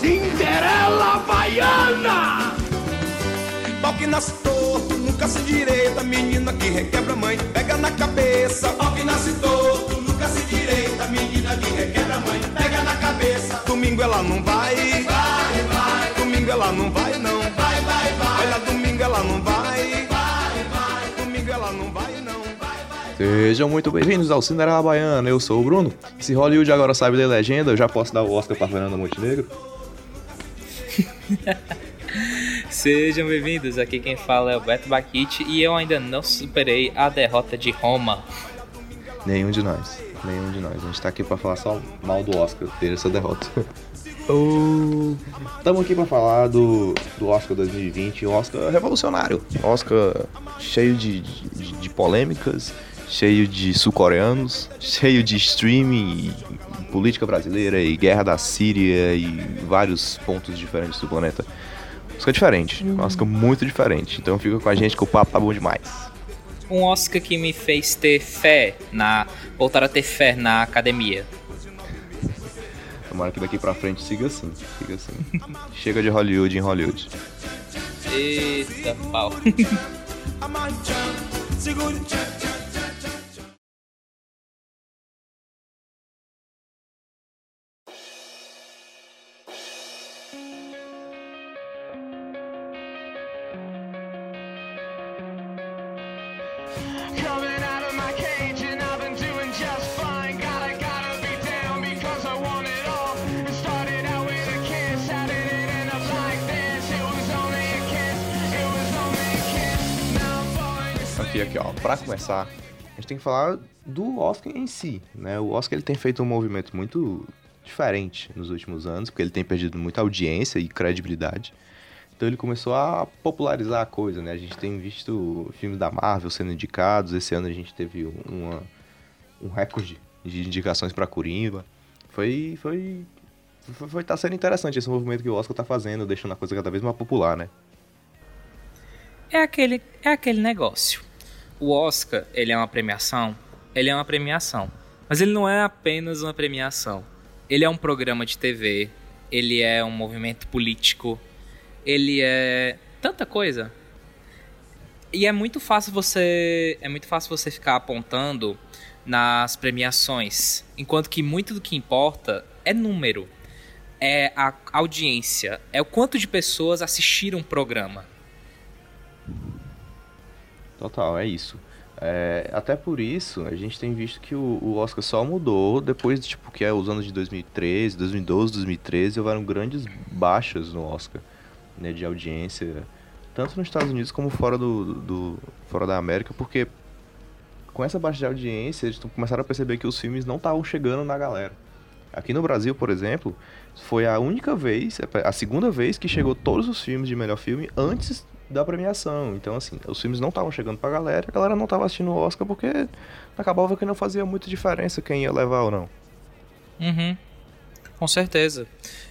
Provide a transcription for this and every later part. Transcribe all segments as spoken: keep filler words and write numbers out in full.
Cinderela Baiana! Pau que nasce torto, nunca se direita, menina que requebra a mãe, pega na cabeça. Pau que nasce torto, nunca se direita, menina que requebra a mãe, pega na cabeça. Domingo ela não vai, vai, vai. Domingo ela não vai não, vai, vai, vai. Olha, domingo ela não vai, vai, vai. Domingo ela não vai não, vai, vai. Sejam muito bem-vindos ao Cinderela Baiana, eu sou o Bruno. Se Hollywood agora sabe ler legenda, eu já posso dar o Oscar para Fernanda Montenegro? Sejam bem-vindos, aqui quem fala é o Beto Baquite e eu ainda não superei a derrota de Roma. Nenhum de nós, nenhum de nós. A gente tá aqui pra falar só mal do Oscar, ter essa derrota. Estamos aqui pra falar do, do Oscar dois mil e vinte, um Oscar revolucionário. Oscar cheio de, de, de polêmicas, cheio de sul-coreanos, cheio de streaming, e política brasileira e guerra da Síria e vários pontos diferentes do planeta. Oscar diferente, um Oscar muito diferente. Então fica com a gente que o papo tá bom demais. Um Oscar que me fez ter fé, na voltar a ter fé na academia. Tomara que daqui pra frente siga assim, siga assim. Chega de Hollywood em Hollywood. Eita pau. Aqui, aqui, ó, pra começar, a gente tem que falar do Oscar em si, né? O Oscar ele tem feito um movimento muito diferente nos últimos anos, porque ele tem perdido muita audiência e credibilidade. Então ele começou a popularizar a coisa, né? A gente tem visto filmes da Marvel sendo indicados. Esse ano a gente teve uma, um recorde de indicações pra Coringa. Foi, foi, foi, foi tá sendo interessante esse movimento que o Oscar tá fazendo, deixando a coisa cada vez mais popular, né? É aquele, é aquele negócio. O Oscar, ele é uma premiação, ele é uma premiação. Mas ele não é apenas uma premiação. Ele é um programa de T V, ele é um movimento político, ele é tanta coisa. E é muito fácil você, é muito fácil você ficar apontando nas premiações, enquanto que muito do que importa é número, é a audiência, é o quanto de pessoas assistiram o programa. Total, é isso. É, até por isso, a gente tem visto que o, o Oscar só mudou depois de, tipo, que é os anos de dois mil e treze, dois mil e doze, dois mil e treze, houveram grandes baixas no Oscar, né, de audiência, tanto nos Estados Unidos como fora, do, do, fora da América, porque com essa baixa de audiência, eles começaram a perceber que os filmes não estavam chegando na galera. Aqui no Brasil, por exemplo, foi a única vez, a segunda vez que chegou todos os filmes de melhor filme antes da premiação. Então, assim, os filmes não estavam chegando pra galera, a galera não tava assistindo o Oscar porque acabava que não fazia muita diferença quem ia levar ou não. Uhum, com certeza.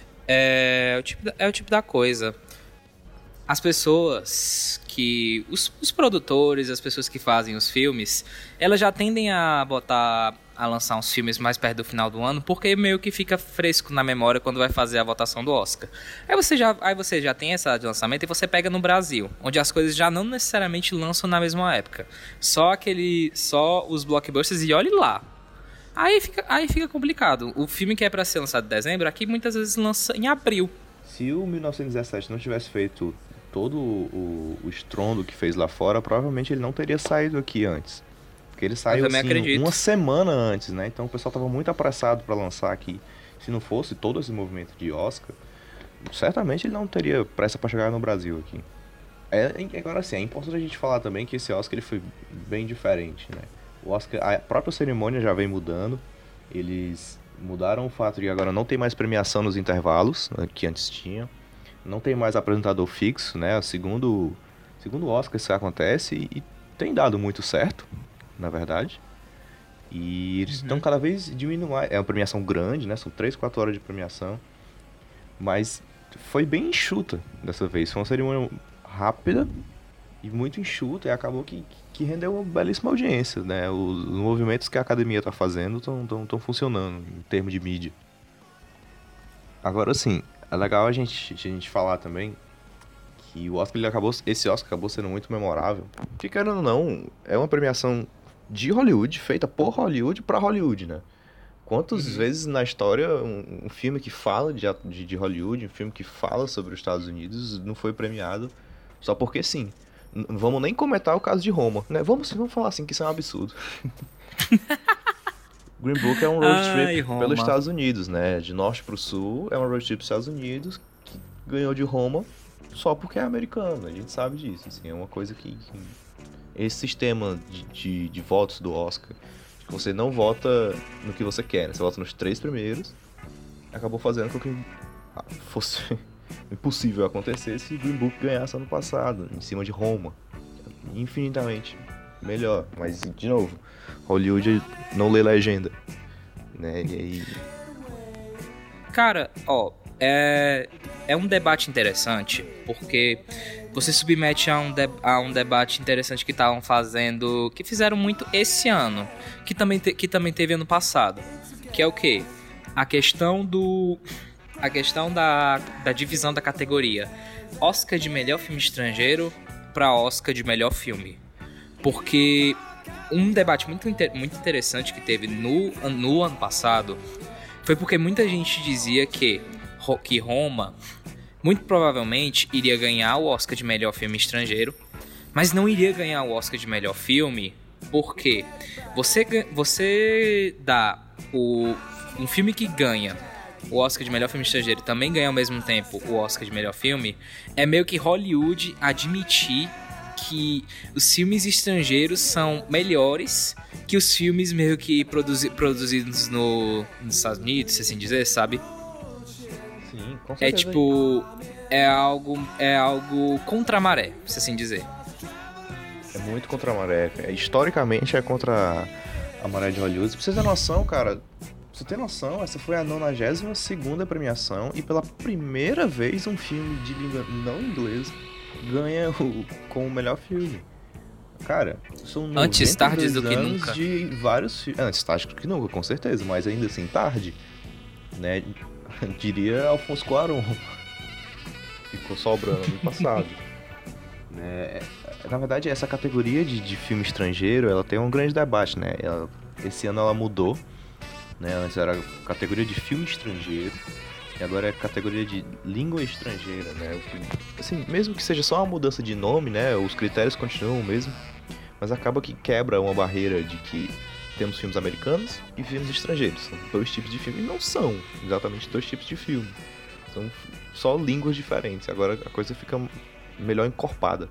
É o tipo da, é o tipo da coisa. As pessoas que... Os, os produtores, as pessoas que fazem os filmes, elas já tendem a botar... a lançar uns filmes mais perto do final do ano, porque meio que fica fresco na memória quando vai fazer a votação do Oscar. Aí você já, aí você já tem essa de lançamento e você pega no Brasil, onde as coisas já não necessariamente lançam na mesma época. Só aquele, só os blockbusters e olhe lá. Aí fica, aí fica complicado. O filme que é pra ser lançado em dezembro, aqui muitas vezes lança em abril. Se o mil novecentos e dezessete não tivesse feito todo o, o estrondo que fez lá fora, provavelmente ele não teria saído aqui antes. Porque ele saiu assim, uma semana antes, né? Então o pessoal tava muito apressado para lançar aqui. Se não fosse todo esse movimento de Oscar, certamente ele não teria pressa para chegar no Brasil aqui. É, agora sim, é importante a gente falar também que esse Oscar ele foi bem diferente, né? O Oscar, a própria cerimônia já vem mudando. Eles mudaram o fato de agora não tem mais premiação nos intervalos, né, que antes tinha. Não tem mais apresentador fixo, né? Segundo, segundo o Oscar isso acontece e, e tem dado muito certo, na verdade. E eles estão uhum. cada vez diminuindo mais. É uma premiação grande, né? São três, quatro horas de premiação. Mas foi bem enxuta dessa vez. Foi uma cerimônia rápida e muito enxuta. E acabou que, que rendeu uma belíssima audiência, né? Os, os movimentos que a academia está fazendo estão funcionando em termos de mídia. Agora sim, é legal a gente, a gente falar também que o Oscar, ele acabou, esse Oscar acabou sendo muito memorável. Porque, querendo ou não, é uma premiação de Hollywood, feita por Hollywood pra Hollywood, né? Quantas uhum. vezes na história um, um filme que fala de, de, de Hollywood, um filme que fala sobre os Estados Unidos, não foi premiado só porque sim. N- vamos nem comentar o caso de Roma, né? Vamos, vamos falar assim que isso é um absurdo. Green Book é um road trip Ai, pelos Estados Unidos, né? De norte pro sul, é um road trip pelos Estados Unidos, que ganhou de Roma só porque é americano, a gente sabe disso, assim, é uma coisa que... que esse sistema de, de, de votos do Oscar, que você não vota no que você quer, né? Você vota nos três primeiros, acabou fazendo com que fosse impossível acontecer se Green Book ganhasse ano passado, em cima de Roma. Infinitamente melhor, mas, de novo, Hollywood não lê legenda, né? E aí... Cara, ó, é, é um debate interessante, porque você submete a um, de, a um debate interessante que estavam fazendo, que fizeram muito esse ano, que também, te, que também teve ano passado, que é o quê? A questão do... A questão da, da divisão da categoria Oscar de melhor filme estrangeiro para Oscar de melhor filme. Porque um debate muito, muito interessante que teve no, no ano passado foi porque muita gente dizia que, que Roma muito provavelmente iria ganhar o Oscar de melhor filme estrangeiro, mas não iria ganhar o Oscar de melhor filme porque você, você dá o, um filme que ganha o Oscar de melhor filme estrangeiro e também ganha ao mesmo tempo o Oscar de melhor filme, é meio que Hollywood admitir que os filmes estrangeiros são melhores que os filmes meio que produzi- produzidos no, nos Estados Unidos, se assim dizer, sabe? Sim, com certeza. É tipo, é algo, é algo contra a maré, se assim dizer. É muito contra a maré. É, historicamente é contra a maré de Hollywood. Pra você ter noção, cara, pra você ter noção, essa foi a nonagésima segunda premiação e pela primeira vez um filme de língua não inglesa ganha o, com o melhor filme. Cara, são antes tarde do que nunca. De vários fi- Antes tarde do que nunca, com certeza, mas ainda assim tarde, né? Diria Alfonso Cuarón. Ficou sobrando no passado. né? Na verdade, essa categoria de, de filme estrangeiro, ela tem um grande debate, né? Ela, esse ano ela mudou, né? Antes era a categoria de filme estrangeiro. E agora é a categoria de língua estrangeira, né? O que, assim, mesmo que seja só uma mudança de nome, né? Os critérios continuam mesmo, mas acaba que quebra uma barreira de que temos filmes americanos e filmes estrangeiros. São dois tipos de filme, e não são exatamente dois tipos de filme. São só línguas diferentes. Agora a coisa fica melhor encorpada.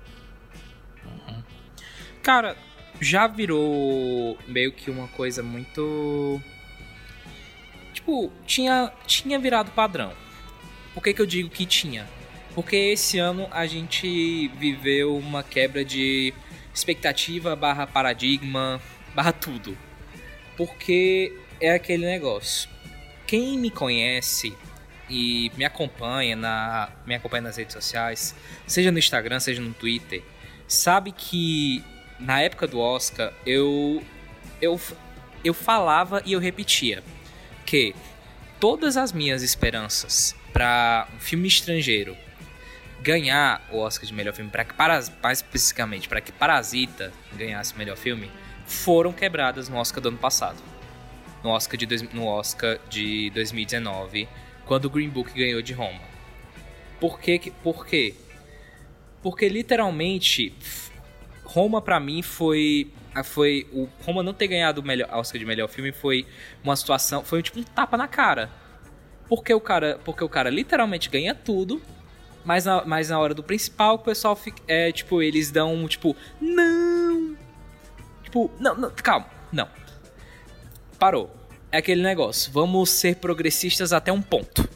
Cara, já virou meio que uma coisa muito... Tipo, tinha, tinha virado padrão. Por que que eu digo que tinha? Porque esse ano a gente viveu uma quebra de expectativa barra paradigma, barra tudo. Porque é aquele negócio. Quem me conhece e me acompanha, na, me acompanha nas redes sociais, seja no Instagram, seja no Twitter, sabe que na época do Oscar eu, eu, eu falava e eu repetia que todas as minhas esperanças para um filme estrangeiro ganhar o Oscar de melhor filme, para que mais especificamente para que Parasita ganhasse o melhor filme, foram quebradas no Oscar do ano passado, no Oscar de, dois, no Oscar de dois mil e dezenove, quando o Green Book ganhou de Roma. Por quê? Por quê? Porque literalmente Roma pra mim foi foi o Roma não ter ganhado o melhor Oscar de melhor filme foi uma situação, foi tipo um tapa na cara. Porque o cara, porque o cara literalmente ganha tudo, mas na, mas na hora do principal o pessoal fica, é tipo, eles dão tipo, não. Tipo, não, não, calma, não. Parou. É aquele negócio, vamos ser progressistas até um ponto.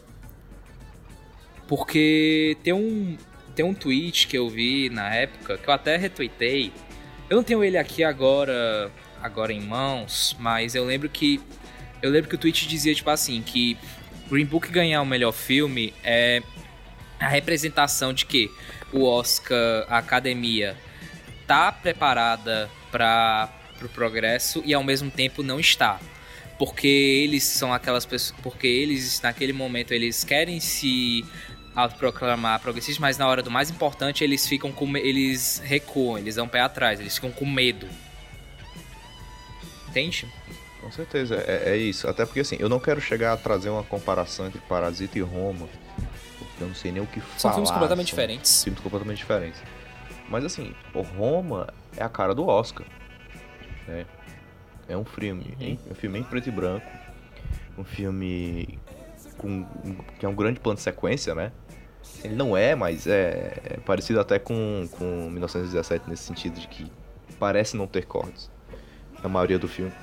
Porque tem um tem um tweet que eu vi na época, que eu até retuitei. Eu não tenho ele aqui agora, agora em mãos, mas eu lembro que eu lembro que o tweet dizia tipo assim, que Green Book ganhar o melhor filme é a representação de que o Oscar, a academia, tá preparada para o pro progresso e ao mesmo tempo não está. porque eles são aquelas pessoas, porque eles naquele momento eles querem se autoproclamar progressistas, mas na hora do mais importante eles ficam com, eles recuam, eles dão um pé atrás, eles ficam com medo. Entende? Com certeza, é, é isso. Até porque assim, eu não quero chegar a trazer uma comparação entre Parasita e Roma, porque eu não sei nem o que falar. São filmes completamente são diferentes. Filmes completamente diferentes. Mas assim, o Roma é a cara do Oscar, né? É um filme, uhum. um filme em preto e branco, um filme com, que é um grande plano de sequência, né? Ele não é, mas é, é parecido até com, com mil novecentos e dezessete nesse sentido de que parece não ter cortes na maioria do filme.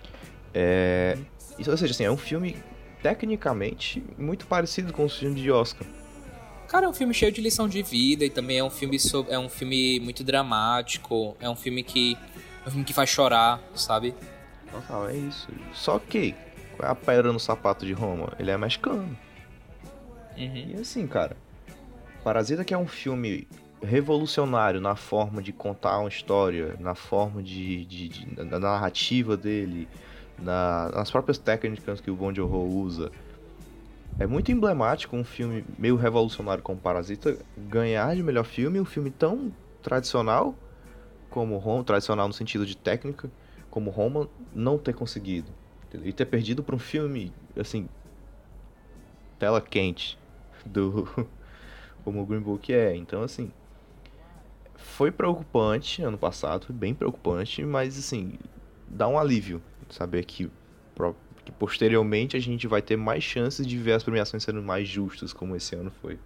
É, isso, ou seja, assim, é um filme tecnicamente muito parecido com os filmes de Oscar. Cara, é um filme cheio de lição de vida e também é um filme sobre, é um filme muito dramático, é um filme que é um filme que faz chorar, sabe? Total, é isso. Só que qual é a pedra no sapato de Roma? Ele é mexicano. Uhum. E assim, cara, Parasita, que é um filme revolucionário na forma de contar uma história, na forma de, de, de da narrativa dele, na, nas próprias técnicas que o Bong Joon-ho usa. É muito emblemático um filme meio revolucionário como Parasita ganhar de melhor filme, um filme tão tradicional como Roma, tradicional no sentido de técnica, como Roma, não ter conseguido. Entendeu? E ter perdido para um filme, assim, tela quente, do como o Green Book é. Então, assim, foi preocupante ano passado, foi bem preocupante, mas, assim, dá um alívio saber que, que posteriormente a gente vai ter mais chances de ver as premiações sendo mais justas, como esse ano foi.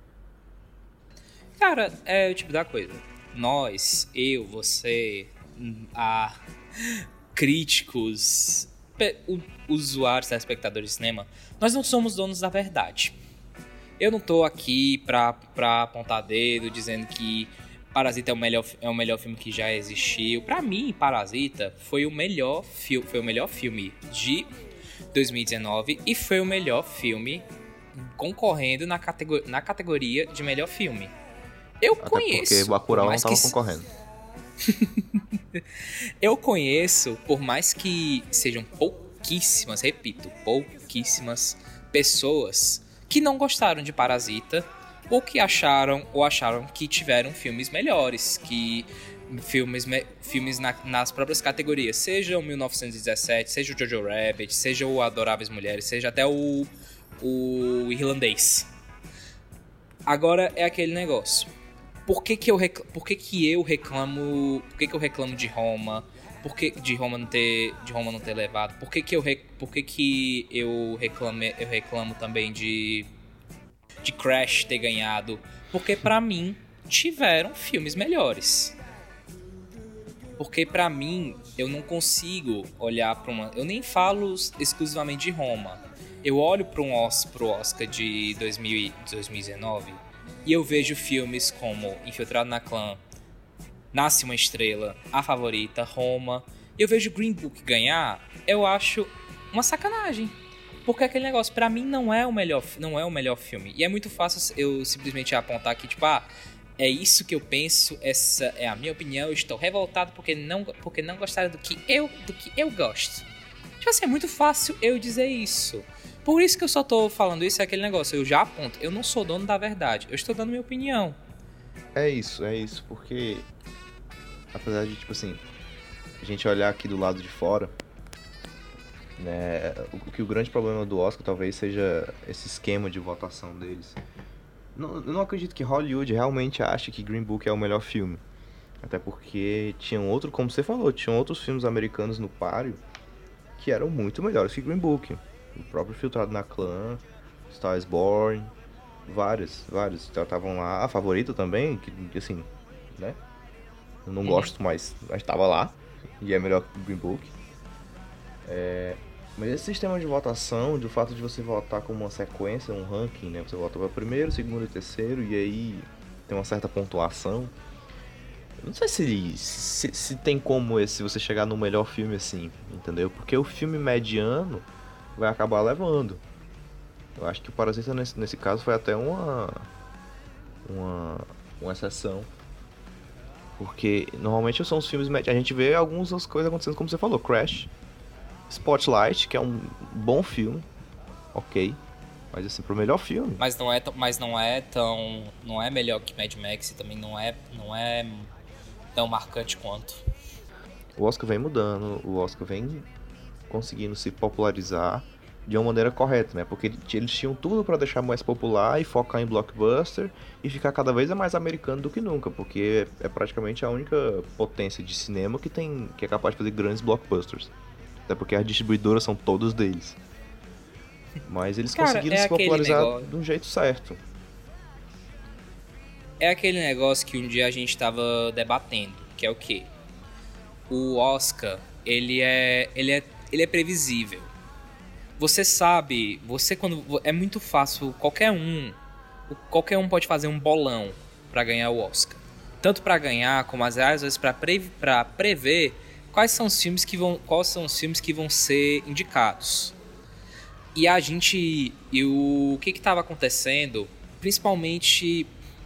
Cara, é o tipo da coisa. Nós, eu, você, a críticos, usuários, telespectadores de cinema, nós não somos donos da verdade. Eu não tô aqui pra, pra apontar dedo dizendo que Parasita é o melhor, é o melhor filme que já existiu. Pra mim, Parasita foi o melhor, fi- foi o melhor filme de dois mil e dezenove e foi o melhor filme concorrendo na, categor- na categoria de melhor filme. Eu Até conheço... porque Bacurau não tava que... concorrendo. Eu conheço, por mais que sejam pouquíssimas, repito, pouquíssimas pessoas que não gostaram de Parasita ou que acharam ou acharam que tiveram filmes melhores, que filmes, me, filmes na, nas próprias categorias, seja o mil novecentos e dezessete, seja o Jojo Rabbit, seja o Adoráveis Mulheres, seja até o, o Irlandês. Agora é aquele negócio. Por que que eu, recl- por que que eu reclamo, por que que eu reclamo de Roma? Por que de Roma não ter, de Roma não ter levado? Por que que eu, rec- por que que eu reclamo, eu reclamo também de de Crash ter ganhado? Porque pra mim tiveram filmes melhores. Porque pra mim eu não consigo olhar pra uma, eu nem falo exclusivamente de Roma. Eu olho para um Oscar, pro Oscar de dois mil e dezenove e eu vejo filmes como Infiltrado na Clã, Nasce uma Estrela, A Favorita, Roma. E eu vejo Green Book ganhar, eu acho uma sacanagem. Porque aquele negócio, pra mim, não é o melhor, não é o melhor filme. E é muito fácil eu simplesmente apontar aqui, tipo, ah, é isso que eu penso, essa é a minha opinião, eu estou revoltado porque não, porque não gostaram do que eu, do que eu gosto. Tipo assim, é muito fácil eu dizer isso. Por isso que eu só tô falando isso, é aquele negócio, eu já aponto, eu não sou dono da verdade, eu estou dando minha opinião. É isso, é isso, porque apesar de, tipo assim, a gente olhar aqui do lado de fora, né, o que o grande problema do Oscar talvez seja esse esquema de votação deles. Não, eu não acredito que Hollywood realmente ache que Green Book é o melhor filme. Até porque tinham outro, como você falou, tinham outros filmes americanos no páreo que eram muito melhores que Green Book. O próprio Infiltrado na Clã, Star is Born, vários, vários. Estavam lá, A Favorita também, que assim, né? Eu não uhum. gosto, mas estava lá. E é melhor que Green Book. É, mas esse sistema de votação, do fato de você votar como uma sequência, um ranking, né? Você vota para primeiro, segundo e terceiro, e aí tem uma certa pontuação. Eu não sei se, se, se tem como esse você chegar no melhor filme assim, entendeu? Porque o filme mediano vai acabar levando. Eu acho que o Parasita nesse, nesse caso foi até uma, uma uma exceção. Porque normalmente são os filmes medianos. A gente vê algumas das coisas acontecendo, como você falou, Crash. Spotlight, que é um bom filme, ok. Mas assim, pro melhor filme. Mas não é, mas não é tão. Não é melhor que Mad Max e também não é, não é tão marcante quanto. O Oscar vem mudando, o Oscar vem conseguindo se popularizar de uma maneira correta, né? Porque eles tinham tudo para deixar mais popular e focar em blockbuster e ficar cada vez mais americano do que nunca, porque é praticamente a única potência de cinema que tem, que é capaz de fazer grandes blockbusters. Até porque as distribuidoras são todos deles. Mas eles Cara, conseguiram é se popularizar negócio... de um jeito certo. É aquele negócio que um dia a gente tava debatendo, que é o quê? O Oscar, ele é, ele é, ele é previsível. Você sabe, você quando é muito fácil, qualquer um, qualquer um pode fazer um bolão para ganhar o Oscar. Tanto para ganhar como às vezes para pre, para prever quais são os filmes que vão, quais são os filmes que vão ser indicados. E a gente, e o, o que que estava acontecendo, principalmente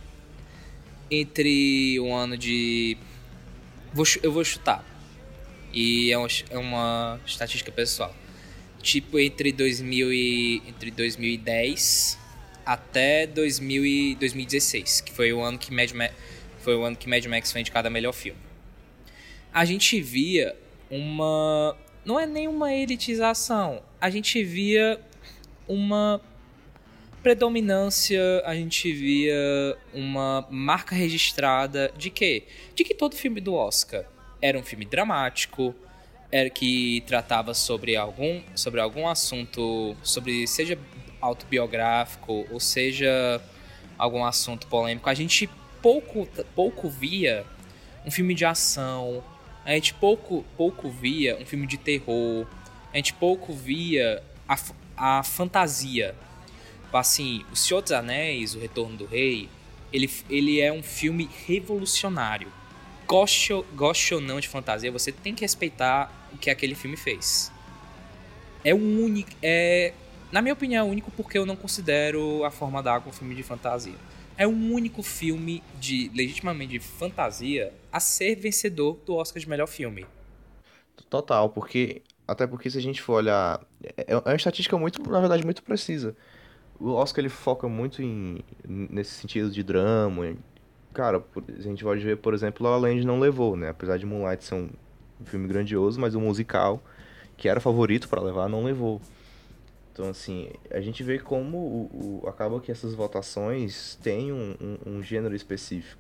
entre o ano de, vou, eu vou chutar, e é uma, é uma estatística pessoal, tipo entre, dois mil e, entre dois mil e dez até dois mil e, dois mil e dezesseis, que foi o ano que Mad Max, foi o ano que Mad Max foi indicado a melhor filme. A gente via uma, não é nenhuma elitização, a gente via uma predominância, a gente via uma marca registrada de quê? De que todo filme do Oscar era um filme dramático, era que tratava sobre algum, sobre algum assunto, sobre seja autobiográfico ou seja algum assunto polêmico. A gente pouco, pouco via um filme de ação, a gente pouco, pouco via um filme de terror, a gente pouco via a, a fantasia. Assim, O Senhor dos Anéis, O Retorno do Rei, ele, ele é um filme revolucionário. Goste, goste ou não de fantasia, você tem que respeitar o que aquele filme fez. É o único, é, na minha opinião, é o único porque eu não considero A Forma d'Água um filme de fantasia. É o único filme de, legitimamente de fantasia a ser vencedor do Oscar de melhor filme. Total, porque até porque se a gente for olhar, é, é uma estatística muito, na verdade, muito precisa. O Oscar ele foca muito em, nesse sentido de drama. Cara, a gente pode ver, por exemplo, La La Land não levou, né? Apesar de Moonlight ser um filme grandioso, mas o musical, que era favorito para levar, não levou. Então, assim, a gente vê como o, o, acaba que essas votações têm um, um, um gênero específico,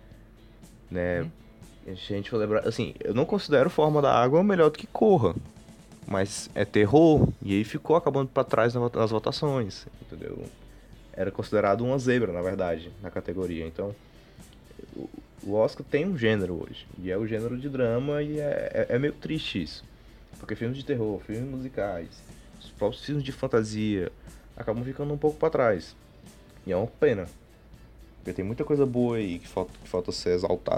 né? Hum. A gente for lembrar, assim, eu não considero Forma da Água melhor do que Corra, mas é terror, e aí ficou acabando para trás nas votações, entendeu? Era considerado uma zebra, na verdade, na categoria. Então, o Oscar tem um gênero hoje, e é o gênero de drama, e é, é, é meio triste isso. Porque filmes de terror, filmes musicais, os próprios filmes de fantasia acabam ficando um pouco para trás. E é uma pena, porque tem muita coisa boa aí que falta, que falta ser exaltada.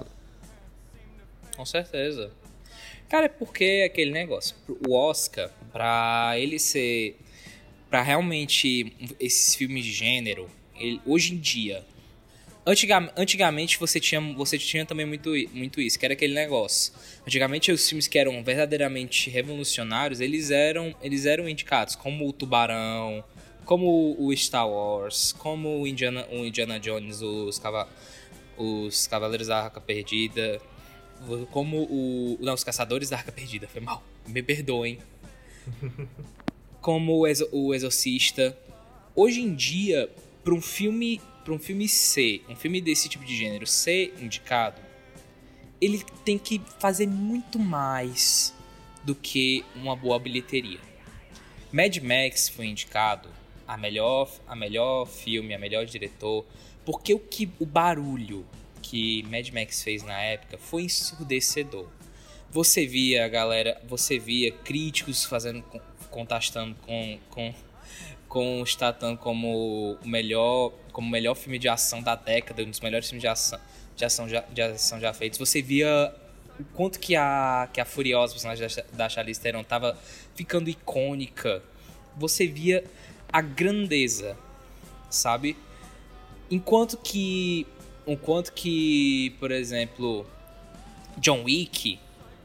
Com certeza. Cara, é porque aquele negócio, o Oscar, pra ele ser, pra realmente esses filmes de gênero, ele, hoje em dia, antigamente, antigamente você tinha, você tinha também muito, muito isso, que era aquele negócio. Antigamente os filmes que eram verdadeiramente revolucionários, eles eram, eles eram indicados, como o Tubarão, como o Star Wars, como o Indiana, o Indiana Jones, os, Cava, os Cavaleiros da Arca Perdida, como o... Não, os Caçadores da Arca Perdida, foi mal. Me perdoem. Como o, Exo, o Exorcista. Hoje em dia, para um filme, para um filme ser, um filme desse tipo de gênero ser indicado, ele tem que fazer muito mais do que uma boa bilheteria. Mad Max foi indicado a melhor, a melhor filme, a melhor diretor, porque o que o barulho que Mad Max fez na época foi ensurdecedor. Você via a galera, você via críticos fazendo, contrastando com, com, com Statham como o melhor, como o melhor filme de ação da década, um dos melhores filmes de ação, de ação, já, de ação já feitos. Você via o quanto que a, que a Furiosa, personagem da, da Charlize Theron, tava ficando icônica. Você via a grandeza, sabe? Enquanto que Enquanto que, por exemplo, John Wick,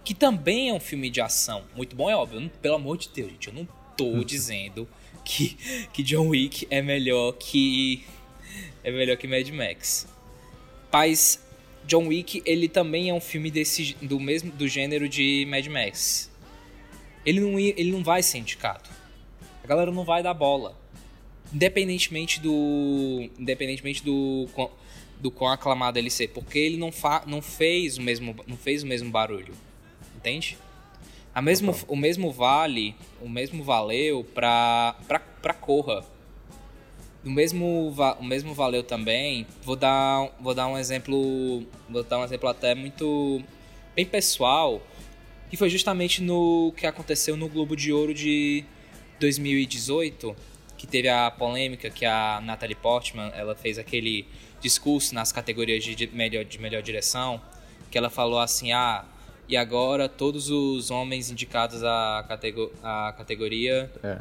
que também é um filme de ação. Muito bom, é óbvio. Não, pelo amor de Deus, gente, eu não tô dizendo que, que John Wick é melhor que é melhor que Mad Max. Mas John Wick, ele também é um filme desse, do mesmo do gênero de Mad Max. Ele não, ele não vai ser indicado. A galera não vai dar bola. Independentemente do independentemente do do quão aclamado ele ser, porque ele não, fa, não fez o mesmo não fez o mesmo barulho. Entende? A mesmo, uhum. O mesmo vale, o mesmo valeu pra, pra, pra Corra. O mesmo, o mesmo valeu também. Vou dar, vou dar um exemplo. Vou dar um exemplo até muito bem pessoal. Que foi justamente no que aconteceu no Globo de Ouro de dois mil e dezoito. Que teve a polêmica que a Natalie Portman ela fez aquele discurso nas categorias de melhor, de melhor direção. Que ela falou assim: ah, e agora todos os homens indicados à, catego- à categoria. É.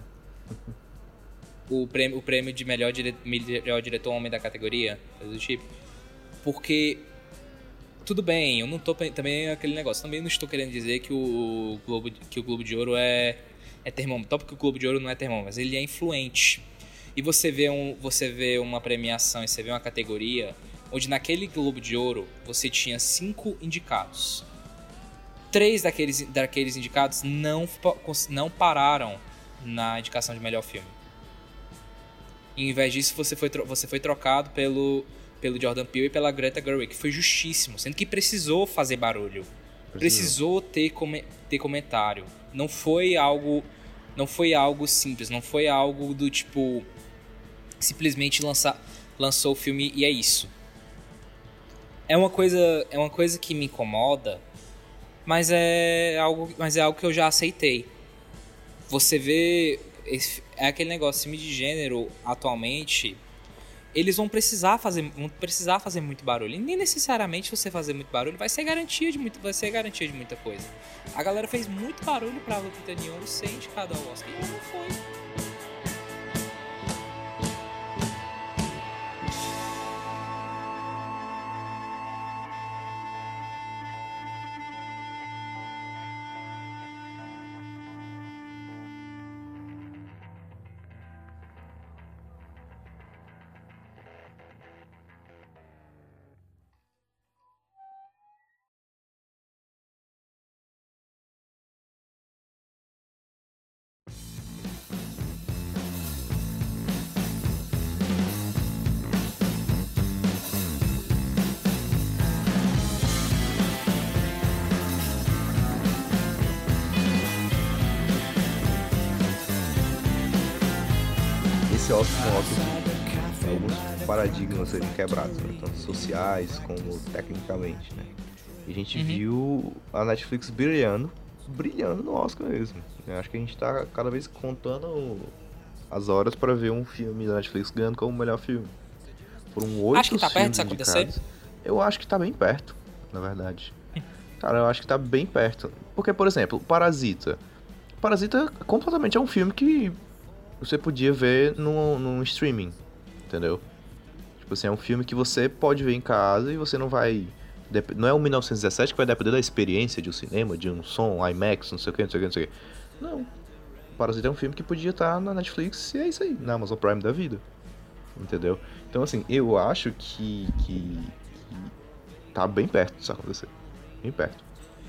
O prêmio, o prêmio de melhor, dire, melhor diretor homem da categoria, do tipo. Porque, tudo bem, eu não tô também aquele negócio, também não estou querendo dizer que o Globo, que o Globo de Ouro é, é termômetro, só porque o Globo de Ouro não é termômetro, mas ele é influente. E você vê, um, você vê uma premiação e você vê uma categoria onde naquele Globo de Ouro você tinha cinco indicados. Três daqueles, daqueles indicados não, não pararam na indicação de melhor filme. E, ao invés disso, você foi, você foi trocado pelo, pelo Jordan Peele e pela Greta Gerwig, que foi justíssimo, sendo que precisou fazer barulho. Precisou, precisou ter, come, ter comentário. Não foi algo não foi algo simples, não foi algo do tipo simplesmente lançar, lançou o filme e é isso. É uma coisa, é uma coisa que me incomoda, mas é algo, mas é algo que eu já aceitei. Você vê... É aquele negócio, filme de gênero, atualmente, eles vão precisar fazer, vão precisar fazer muito barulho. E nem necessariamente você fazer muito barulho vai ser garantia de, muito, vai ser garantia de muita coisa. A galera fez muito barulho pra Lupita Nyong'o ser indicada ao Oscar e ela não foi. Esse Oscar mostra alguns paradigmas serem quebrados, né? Tanto sociais como tecnicamente, né? E a gente uhum. viu a Netflix brilhando, brilhando no Oscar mesmo. Eu acho que a gente tá cada vez contando as horas para ver um filme da Netflix ganhando como o melhor filme. Foram oito acho que tá perto disso acontecer? Eu acho que tá bem perto, na verdade. Cara, eu acho que tá bem perto. Porque, por exemplo, Parasita. Parasita completamente é um filme que você podia ver num, num streaming, entendeu? Tipo assim, é um filme que você pode ver em casa e você não vai... Não é um mil novecentos e dezessete que vai depender da experiência de um cinema, de um som, IMAX, não sei o que, não sei o que, não sei o que. Não. Parasita é um filme que podia estar na Netflix e é isso aí, na Amazon Prime da vida. Entendeu? Então, assim, eu acho que, que, que tá bem perto disso acontecer. Bem perto.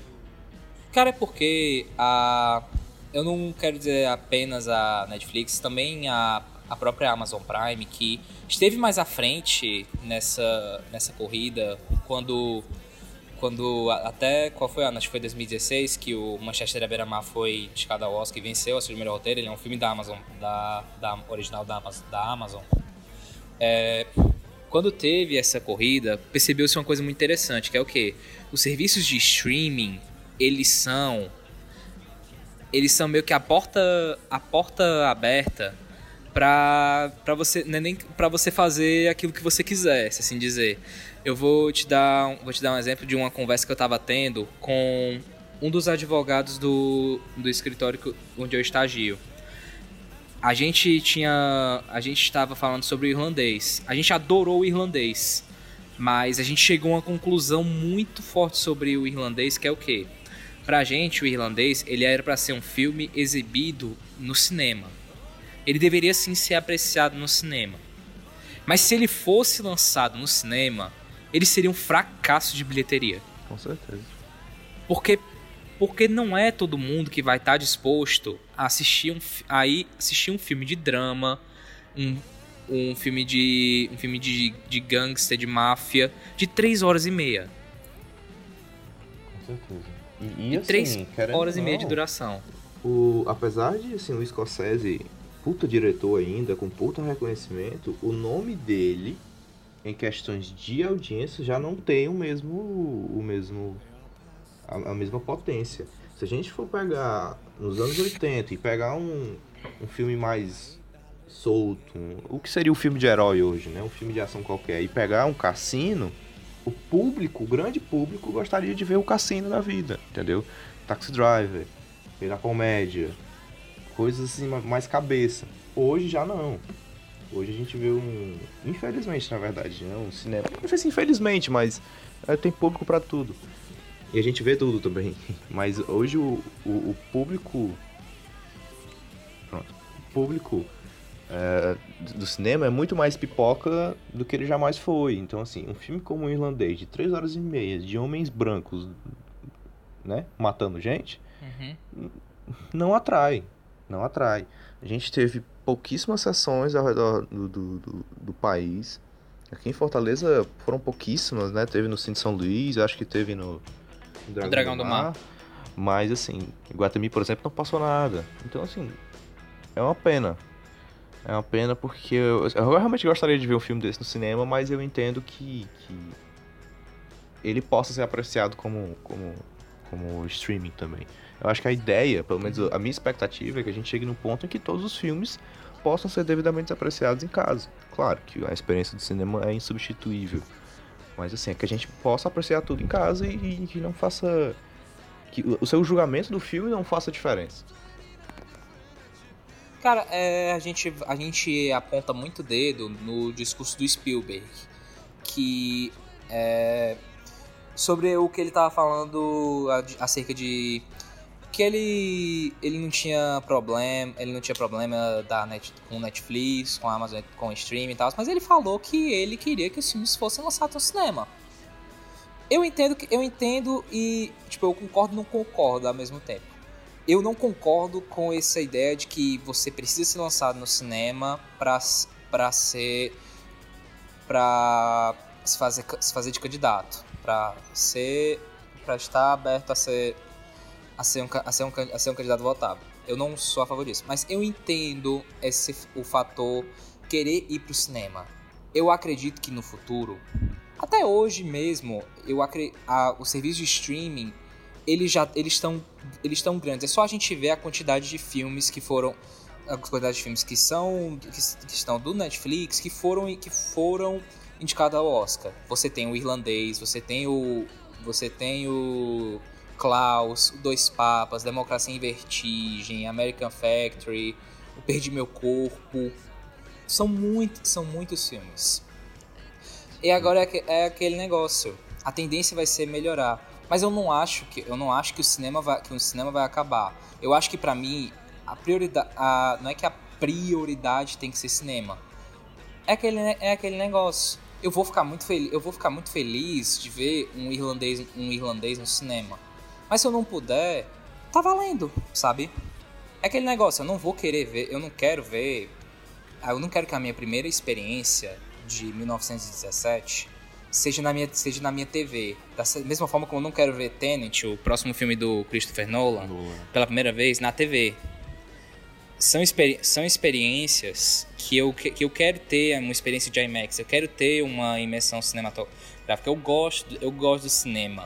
Cara, é porque a... eu não quero dizer apenas a Netflix, também a, a própria Amazon Prime, que esteve mais à frente nessa, nessa corrida, quando, quando até, qual foi a ano? Acho que foi dois mil e dezesseis, que o Manchester à Beira-Mar foi indicado ao Oscar e venceu o melhor roteiro. Ele é um filme da Amazon, da, da original da, da Amazon. É, quando teve essa corrida, percebeu-se uma coisa muito interessante, que é o quê? Os serviços de streaming, eles são... eles são meio que a porta, a porta aberta pra, pra você, não é nem pra você fazer aquilo que você quiser, se assim dizer. Eu vou te dar, vou te dar um exemplo de uma conversa que eu tava tendo com um dos advogados do, do escritório onde eu estagio. A gente tinha, a gente estava falando sobre o irlandês. A gente adorou o irlandês, mas a gente chegou a uma conclusão muito forte sobre o irlandês, que é o quê? Pra gente, o Irlandês, ele era pra ser um filme exibido no cinema. Ele deveria sim ser apreciado no cinema. Mas se ele fosse lançado no cinema, ele seria um fracasso de bilheteria. Com certeza. Porque, porque não é todo mundo que vai estar disposto a assistir um, a ir assistir um filme de drama, um, um filme, de, um filme de, de gangster, de máfia, de três horas e meia. Com certeza. E, e assim, três horas não, e meia de duração. O, apesar de assim, o Scorsese, puta diretor ainda, com puta reconhecimento, o nome dele, em questões de audiência, já não tem o mesmo, o mesmo a, a mesma potência. Se a gente for pegar nos anos oitenta e pegar um, um filme mais solto, um, o que seria o filme de herói hoje, né? Um filme de ação qualquer, e pegar um Cassino, o público, o grande público, gostaria de ver o Cassino na vida, entendeu? Taxi Driver, a comédia, coisas assim mais cabeça. Hoje já não. Hoje a gente vê um... Infelizmente, na verdade, né? Um cinema... Não sei se infelizmente, mas é, tem público pra tudo. E a gente vê tudo também. Mas hoje o, o, o público... Pronto. O público é, do cinema é muito mais pipoca do que ele jamais foi. Então, assim, um filme como O Irlandês, de três horas e meia, de homens brancos, né? Matando gente, uhum. não atrai. Não atrai. A gente teve pouquíssimas sessões ao redor do, do, do, do país. Aqui em Fortaleza foram pouquíssimas, né? Teve no Cine São Luís, acho que teve no Dragão, Dragão do, do Mar. Mar. Mas, assim, em Guatemi, por exemplo, não passou nada. Então, assim, é uma pena. É uma pena porque eu, eu realmente gostaria de ver um filme desse no cinema, mas eu entendo que, que ele possa ser apreciado como, como, como streaming também. Eu acho que a ideia, pelo menos a minha expectativa, é que a gente chegue num ponto em que todos os filmes possam ser devidamente apreciados em casa. Claro que a experiência do cinema é insubstituível, mas assim, é que a gente possa apreciar tudo em casa e, e que não faça... que o seu julgamento do filme não faça diferença. Cara, é, a, gente, a gente aponta muito dedo no discurso do Spielberg, que é, sobre o que ele estava falando acerca de que ele, ele não tinha problema, ele não tinha problema da net, com Netflix, com a Amazon, com o streaming e tal, mas ele falou que ele queria que os filmes fossem lançados no cinema. Eu entendo, eu entendo e tipo, eu concordo e não concordo ao mesmo tempo. Eu não concordo com essa ideia de que você precisa ser lançado no cinema para para ser para se fazer se fazer de candidato, para ser para estar aberto a ser A ser, um, a, ser um, a ser um candidato votável. Eu não sou a favor disso, mas eu entendo esse, o fator querer ir pro cinema. Eu acredito que no futuro, até hoje mesmo, eu acredito, a, os serviços de streaming eles já eles estão eles estão grandes. É só a gente ver a quantidade de filmes que foram a quantidade de filmes que são que, que estão do Netflix que foram que foram indicados ao Oscar. Você tem o Irlandês, você tem o você tem o Klaus, Dois Papas, Democracia em Vertigem, American Factory, Eu Perdi Meu Corpo. São, muito, são muitos filmes. E agora é, é aquele negócio. A tendência vai ser melhorar. Mas eu não acho que, eu não acho que, o, cinema vai, que o cinema vai acabar. Eu acho que pra mim, a prioridade, a, não é que a prioridade tem que ser cinema. É aquele, é aquele negócio. Eu vou ficar muito feliz, eu vou ficar muito feliz de ver um irlandês, um irlandês no cinema. Mas se eu não puder, tá valendo, sabe? É aquele negócio, eu não vou querer ver, eu não quero ver... Eu não quero que a minha primeira experiência de mil novecentos e dezessete seja na minha, seja na minha T V. Da mesma forma como eu não quero ver Tenet, o próximo filme do Christopher Nolan, Boa. pela primeira vez na T V. São, experi- são experiências que eu, que, que eu quero ter, uma experiência de IMAX, eu quero ter uma imersão cinematográfica. Eu gosto, eu gosto do cinema.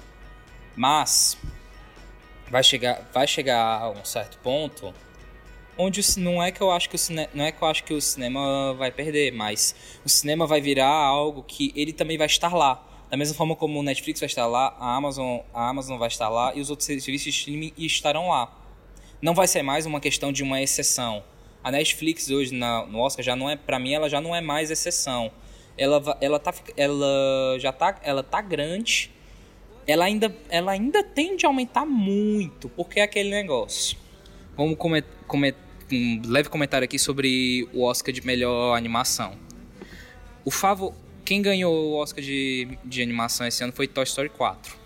Mas vai chegar, vai chegar a um certo ponto onde não é que eu acho que o cinema, não é que eu acho que o cinema vai perder, mas o cinema vai virar algo que ele também vai estar lá. Da mesma forma como o Netflix vai estar lá, a Amazon, a Amazon vai estar lá e os outros serviços de streaming estarão lá. Não vai ser mais uma questão de uma exceção. A Netflix hoje na, no Oscar já não é, para mim ela já não é mais exceção. Ela ela tá ela já tá ela tá grande ela ainda, ela ainda tende a aumentar muito, porque é aquele negócio. Vamos comentar comet, um leve comentário aqui sobre o Oscar de melhor animação. O favor, quem ganhou o Oscar de, de animação esse ano foi Toy Story quatro.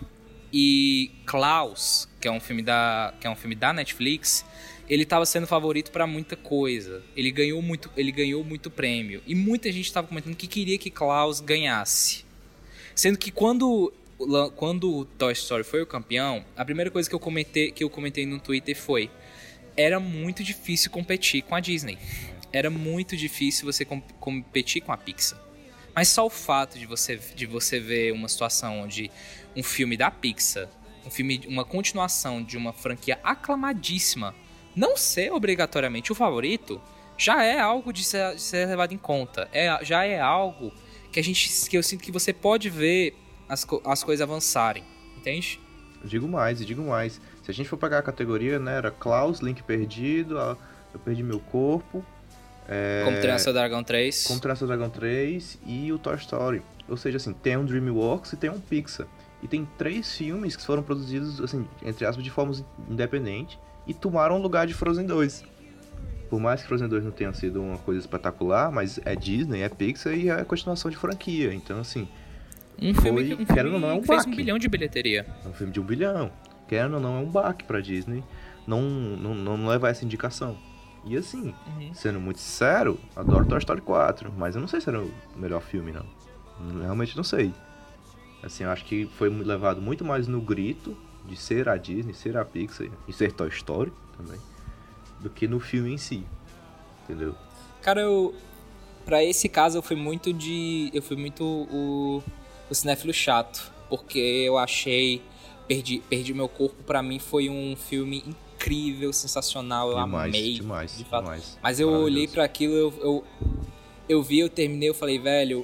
E Klaus, que é um filme da, que é um filme da Netflix, ele estava sendo favorito para muita coisa. Ele ganhou muito, ele ganhou muito prêmio. E muita gente estava comentando que queria que Klaus ganhasse. Sendo que quando, quando Toy Story foi o campeão, a primeira coisa que eu comentei, que eu comentei no Twitter foi: era muito difícil competir com a Disney. Era muito difícil você com, competir com a Pixar. Mas só o fato de você, de você ver uma situação onde um filme da Pixar, um filme, uma continuação de uma franquia aclamadíssima, não ser obrigatoriamente o favorito, já é algo de ser, de ser levado em conta. É, já é algo que, a gente, que eu sinto que você pode ver as, as coisas avançarem. Entende? Eu digo mais, eu digo mais. Se a gente for pegar a categoria, né, era Klaus, Link Perdido, Eu Perdi Meu Corpo... É... Como Treinar Seu Dragão três. Como Treinar Seu Dragão três e o Toy Story. Ou seja, assim, tem um DreamWorks e tem um Pixar. E tem três filmes que foram produzidos, assim, entre aspas, de forma independente e tomaram o lugar de Frozen dois. Por mais que Frozen dois não tenha sido uma coisa espetacular, mas é Disney, é Pixar e é a continuação de franquia. Então, assim, um foi, filme, um querendo ou não, é um fez baque. um bilhão de bilheteria. É um filme de um bilhão. Querendo ou não, é um baque pra Disney não, não, não levar essa indicação. E assim, uhum. sendo muito sincero, adoro Toy Story quatro, mas eu não sei se era o melhor filme, não. Realmente não sei. Assim, eu acho que foi levado muito mais no grito de ser a Disney, ser a Pixar e ser Toy Story também, do que no filme em si, entendeu? Cara, eu... Pra esse caso eu fui muito de... Eu fui muito o, o cinéfilo chato, porque eu achei... Perdi, Perdi Meu Corpo, pra mim, foi um filme incrível, sensacional, eu demais, amei. Demais, de fato. demais. Mas eu olhei pra aquilo, eu, eu, eu vi, eu terminei, eu falei, velho,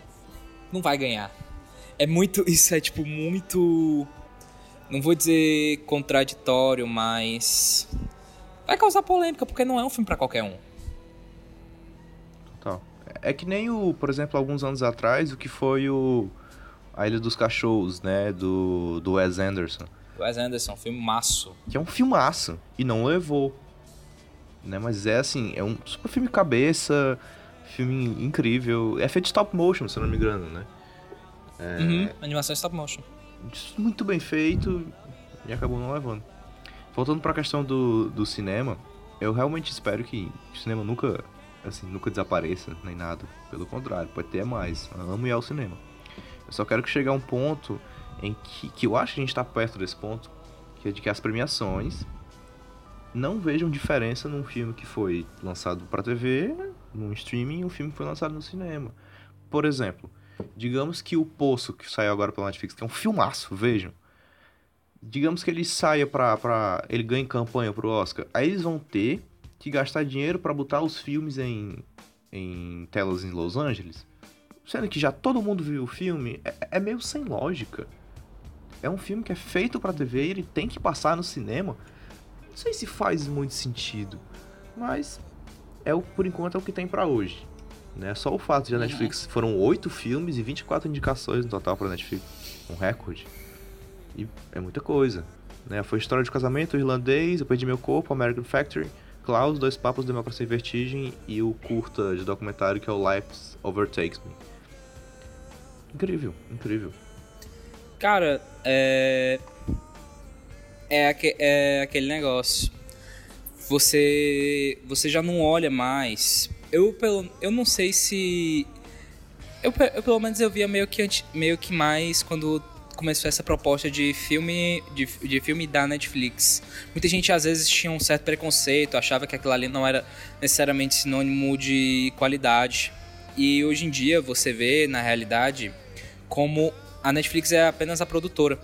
não vai ganhar. É muito, isso é tipo muito, não vou dizer contraditório, mas vai causar polêmica, porque não é um filme pra qualquer um. Total. É que nem o, por exemplo, alguns anos atrás, o que foi o A Ilha dos Cachorros, né, do, do Wes Anderson. Wes Anderson, filmaço. Que é um filmaço, e não levou. Né, mas é assim, é um super filme cabeça, filme incrível. É feito stop motion, se eu não me engano, né? É... Uhum, animação stop motion. Muito bem feito, e acabou não levando. Voltando pra questão do, do cinema, eu realmente espero que o cinema nunca, assim, nunca desapareça, nem nada. Pelo contrário, pode ter mais. Eu amo ir ao cinema. Eu só quero que chegue a um ponto em que, que eu acho que a gente tá perto desse ponto, que é de que as premiações não vejam diferença num filme que foi lançado pra T V, num streaming, e um filme que foi lançado no cinema. Por exemplo, digamos que o Poço, que saiu agora pela Netflix, que é um filmaço, vejam. Digamos que ele saia pra... pra ele ganhe campanha pro Oscar. Aí eles vão ter que gastar dinheiro pra botar os filmes em, em telas em Los Angeles. Sendo que já todo mundo viu o filme, é, é meio sem lógica. É um filme que é feito pra T V e ele tem que passar no cinema. Não sei se faz muito sentido, mas é o, por enquanto é o que tem pra hoje. Né? Só o fato de a Netflix foram oito filmes e vinte e quatro indicações no total pra Netflix, um recorde. E é muita coisa. Né? Foi História de Casamento, Irlandês, Eu Perdi Meu Corpo, American Factory, Klaus, Dois Papos, Democracia e Vertigem e o curta de documentário que é o Life Overtakes Me. Incrível, incrível. Cara, é... É, aque... é aquele negócio. Você... Você já não olha mais... Eu, pelo... eu não sei se... Eu, eu pelo menos eu via meio que, anti... meio que mais quando começou essa proposta de filme, de... de filme da Netflix. Muita gente às vezes tinha um certo preconceito, achava que aquilo ali não era necessariamente sinônimo de qualidade. E hoje em dia você vê, na realidade, como a Netflix é apenas a produtora.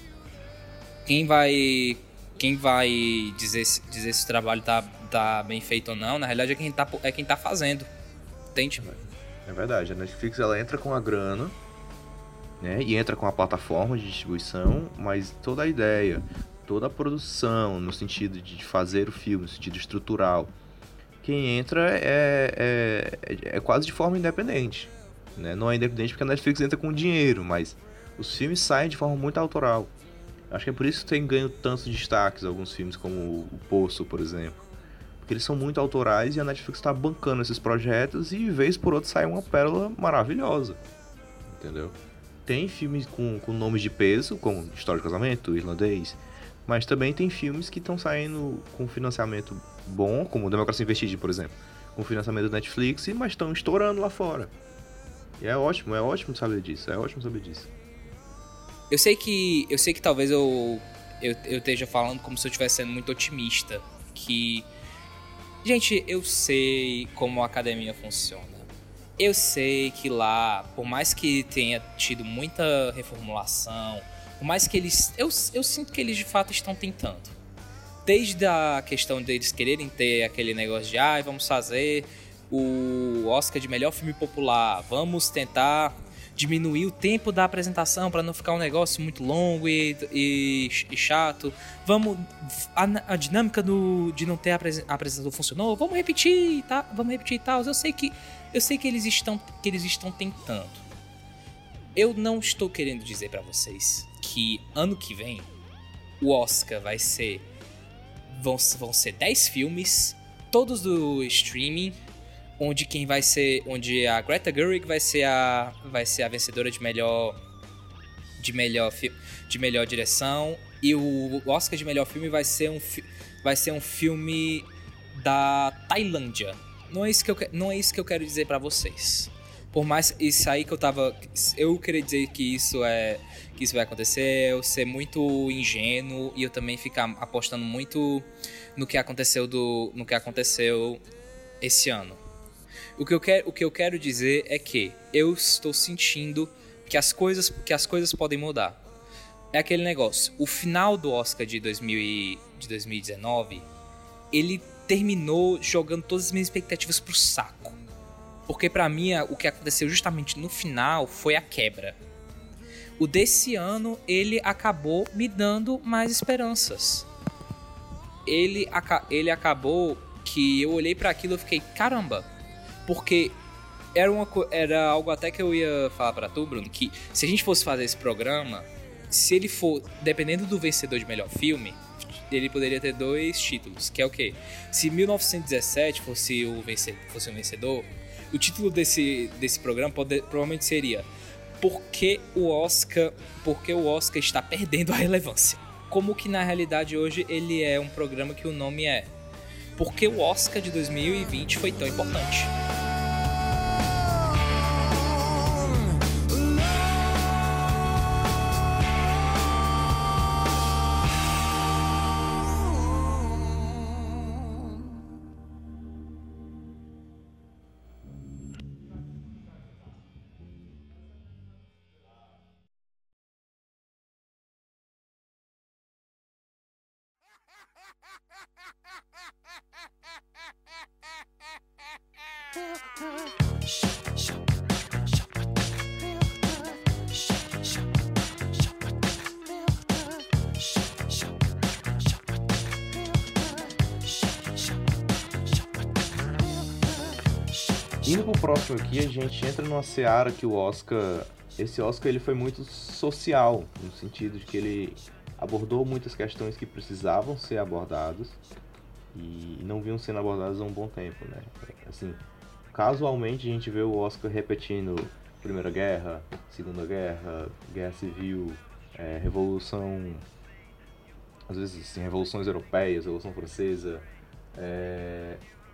Quem vai, quem vai dizer, dizer se o trabalho tá, tá bem feito ou não, na realidade é quem tá, é quem tá fazendo. Entende? É verdade, a Netflix ela entra com a grana, né, e entra com a plataforma de distribuição, mas toda a ideia, toda a produção, no sentido de fazer o filme, no sentido estrutural, quem entra é, é, é quase de forma independente. Né? Não é independente porque a Netflix entra com dinheiro, mas Os filmes saem de forma muito autoral. Acho que é por isso que tem ganho tantos destaques alguns filmes como O Poço, por exemplo. Porque eles são muito autorais e a Netflix tá bancando esses projetos e, vez por outra, sai uma pérola maravilhosa. Entendeu? Tem filmes com, com nomes de peso, como História de Casamento, Irlandês, mas também tem filmes que estão saindo com financiamento bom, como Democracia em Vertigem, por exemplo, com financiamento da Netflix, mas estão estourando lá fora. E é ótimo, é ótimo saber disso, é ótimo saber disso. Eu sei que, eu sei que talvez eu, eu, eu esteja falando como se eu estivesse sendo muito otimista, que... Gente, eu sei como a academia funciona. Eu sei que lá, por mais que tenha tido muita reformulação, por mais que eles... Eu, eu sinto que eles de fato estão tentando. Desde a questão deles quererem ter aquele negócio de ah, vamos fazer o Oscar de melhor filme popular, vamos tentar diminuir o tempo da apresentação para não ficar um negócio muito longo e, e, e chato. Vamos... A, a dinâmica do, de não ter a, a apresentação funcionou, vamos repetir, tá? Vamos repetir e tal. Eu sei que... Eu sei que eles estão, que eles estão tentando. Eu não estou querendo dizer pra vocês que ano que vem o Oscar vai ser... Vão, vão ser dez filmes, todos do streaming, onde quem vai ser... Onde a Greta Gerwig vai ser a, vai ser a vencedora de melhor... De melhor, de melhor direção. E o Oscar de melhor filme vai ser um, vai ser um filme da Tailândia. Não é isso que eu, não é isso que eu quero dizer pra vocês. Por mais isso aí que eu tava... Eu queria dizer que isso é... Que isso vai acontecer, eu ser muito ingênuo e eu também ficar apostando muito no que aconteceu, do, no que aconteceu esse ano. O que, eu quero, o que eu quero dizer é que eu estou sentindo que as coisas, que as coisas podem mudar. É aquele negócio. O final do Oscar de, dois mil e, de dois mil e dezenove, ele... terminou jogando todas as minhas expectativas pro saco. Porque pra mim, o que aconteceu justamente no final foi a quebra. O desse ano, ele acabou me dando mais esperanças. Ele, ele acabou que eu olhei pra aquilo e fiquei, caramba. Porque era, uma, era algo até que eu ia falar pra tu, Bruno, que se a gente fosse fazer esse programa, se ele for, dependendo do vencedor de melhor filme, ele poderia ter dois títulos, que é o quê? Se mil novecentos e dezessete fosse o vencedor, fosse o vencedor, o título desse, desse programa pode, provavelmente seria Por que o Oscar, por que o Oscar está perdendo a relevância? Como que na realidade hoje ele é um programa que o nome é Por que o Oscar de dois mil e vinte foi tão importante? Indo pro próximo aqui, a gente entra numa seara que o Oscar... Esse Oscar ele foi muito social, no sentido de que ele abordou muitas questões que precisavam ser abordadas e não vinham sendo abordadas há um bom tempo, né? Assim, casualmente a gente vê o Oscar repetindo Primeira Guerra, Segunda Guerra, Guerra Civil, é, Revolução... Às vezes, assim, Revoluções Europeias, Revolução Francesa... É,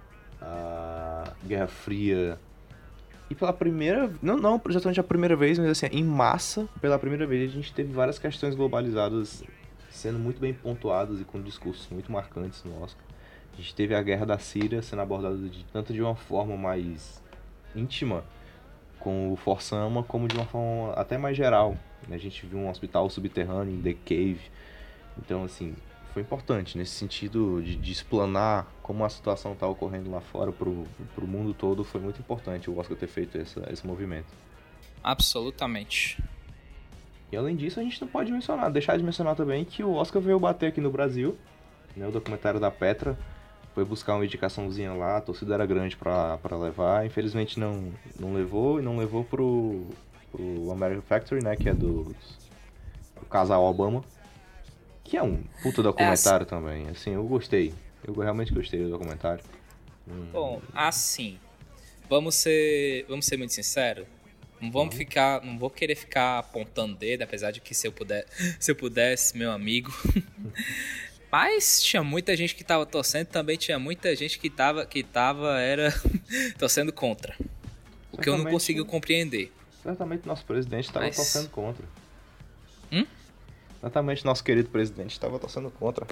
a Guerra Fria, e pela primeira, não, não exatamente a primeira vez, mas assim, em massa, pela primeira vez a gente teve várias questões globalizadas sendo muito bem pontuadas e com discursos muito marcantes no Oscar. A gente teve a Guerra da Síria sendo abordada de, tanto de uma forma mais íntima, com o Forçama, como de uma forma até mais geral. A gente viu um hospital subterrâneo em The Cave, então assim... Foi importante nesse sentido de, de explanar como a situação está ocorrendo lá fora pro, pro mundo todo. Foi muito importante o Oscar ter feito essa, esse movimento. Absolutamente. E além disso, a gente não pode mencionar, deixar de mencionar também que o Oscar veio bater aqui no Brasil, né? O documentário da Petra foi buscar uma indicaçãozinha lá, a torcida era grande para levar, infelizmente não, não levou, e não levou pro, o American Factory, né, que é do, do casal Obama, que é um puta documentário é assim. também. Assim, eu gostei. Eu realmente gostei do documentário. Hum. Bom, assim, vamos ser, vamos ser muito sinceros. Não vamos uhum. ficar, não vou querer ficar apontando dedo, apesar de que se eu puder, se eu pudesse, meu amigo. Mas tinha muita gente que tava torcendo, também tinha muita gente que tava, que tava era torcendo contra. O certamente, que eu não consigo compreender. Certamente nosso presidente estava Mas... torcendo contra. Hum? Certamente nosso querido presidente estava torcendo contra.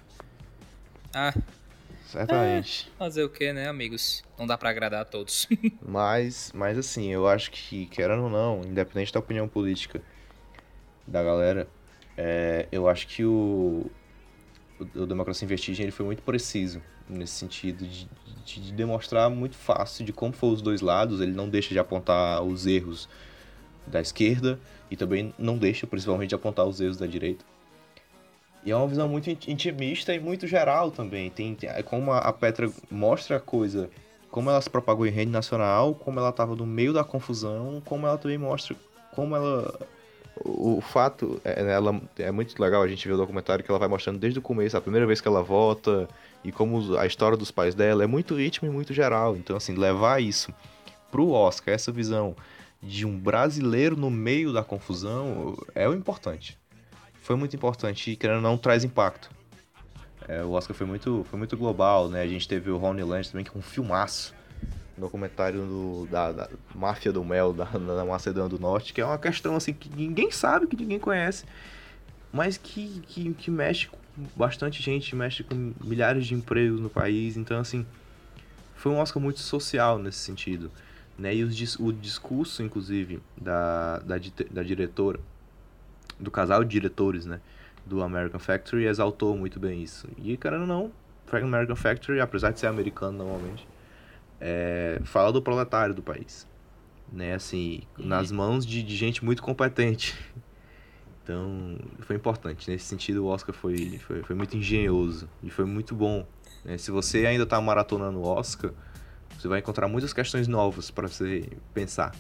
Ah. Certamente. É, fazer o que, né, amigos? Não dá pra agradar a todos. mas, mas assim, eu acho que, querendo ou não, independente da opinião política da galera, é, eu acho que o, o, o Democracia em Vertigem ele foi muito preciso nesse sentido de, de, de demonstrar muito fácil de como foram os dois lados. Ele não deixa de apontar os erros da esquerda e também não deixa, principalmente, de apontar os erros da direita. E é uma visão muito intimista e muito geral também. Tem, tem, como a Petra mostra a coisa, como ela se propagou em rede nacional, como ela estava no meio da confusão, como ela também mostra como ela... O, o fato, é, ela, é muito legal a gente ver o documentário que ela vai mostrando desde o começo, a primeira vez que ela vota, e como a história dos pais dela é muito íntimo e muito geral. Então, assim, levar isso pro Oscar, essa visão de um brasileiro no meio da confusão, é o importante. Foi muito importante e, querendo ou não, traz impacto. É, o Oscar foi muito, foi muito global, né? A gente teve o Ronnie Lance também, que é um filmaço. Um documentário do, da, da máfia do mel, da, da Macedônia do Norte, que é uma questão assim que ninguém sabe, que ninguém conhece, mas que, que, que mexe com bastante gente, mexe com milhares de empregos no país. Então, assim, foi um Oscar muito social nesse sentido, né? E os, o discurso, inclusive, da, da, da diretora, do casal de diretores, né, do American Factory, exaltou muito bem isso. E, querendo ou não, American Factory, apesar de ser americano normalmente, é, fala do proletário do país, né, assim, uhum. nas mãos de, de gente muito competente. Então, foi importante. Nesse sentido, o Oscar foi, foi, foi muito engenhoso e foi muito bom, né? Se você ainda está maratonando o Oscar, você vai encontrar muitas questões novas para você pensar.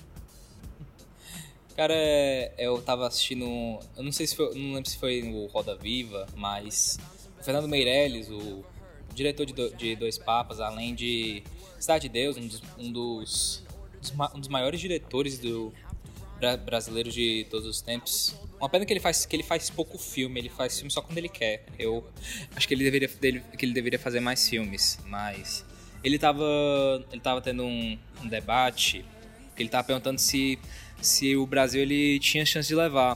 Cara, eu tava assistindo, eu não sei se foi, não lembro se foi no Roda Viva, mas o Fernando Meirelles, o diretor de, do, de Dois Papas, além de Cidade de Deus, um dos, um dos, um dos maiores diretores do, bra, brasileiros de todos os tempos. Uma pena que ele faz, que ele faz pouco filme, ele faz filme só quando ele quer. Eu acho que ele deveria, dele, que ele deveria fazer mais filmes, mas ele tava, ele tava tendo um, um debate, que ele tava perguntando se se o Brasil ele tinha chance de levar.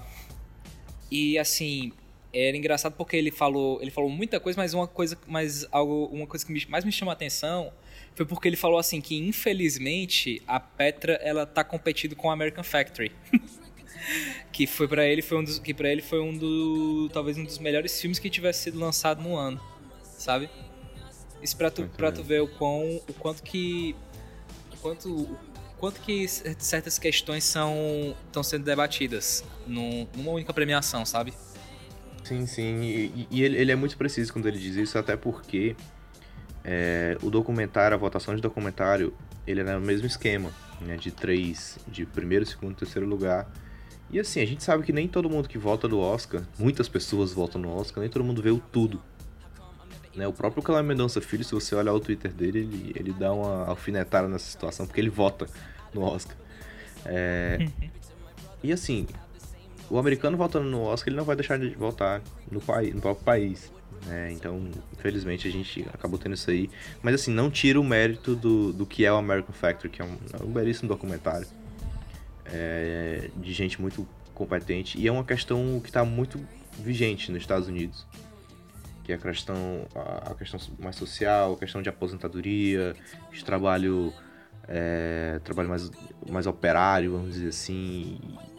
E assim, era engraçado porque ele falou, ele falou muita coisa, mas uma coisa, mas algo, uma coisa que me, mais me chamou a atenção foi porque ele falou assim que infelizmente a Petra ela tá competindo com a American Factory. que foi para ele foi um dos, que para ele foi um do talvez um dos melhores filmes que tivesse sido lançado no ano, sabe? Isso para tu para tu ver o quão o quanto que o quanto quanto que certas questões são estão sendo debatidas num, numa única premiação, sabe? Sim, sim. E, e ele, ele é muito preciso quando ele diz isso, até porque é, o documentário, a votação de documentário, ele é no mesmo esquema, né? De três, de primeiro, segundo, terceiro lugar. E assim, a gente sabe que nem todo mundo que vota no Oscar, muitas pessoas votam no Oscar, nem todo mundo vê o tudo. Né, o próprio Cláudio Mendonça Filho, se você olhar o Twitter dele, ele, ele dá uma alfinetada nessa situação, porque ele vota no Oscar. É, e assim, o americano votando no Oscar, ele não vai deixar de votar no, país, no próprio país. Né? Então, infelizmente, a gente acabou tendo isso aí. Mas assim, não tira o mérito do, do que é o American Factory, que é um, é um belíssimo documentário. É, de gente muito competente. E é uma questão que está muito vigente nos Estados Unidos. Que é a questão, a questão mais social, a questão de aposentadoria, de trabalho, é, trabalho mais, mais operário, vamos dizer assim.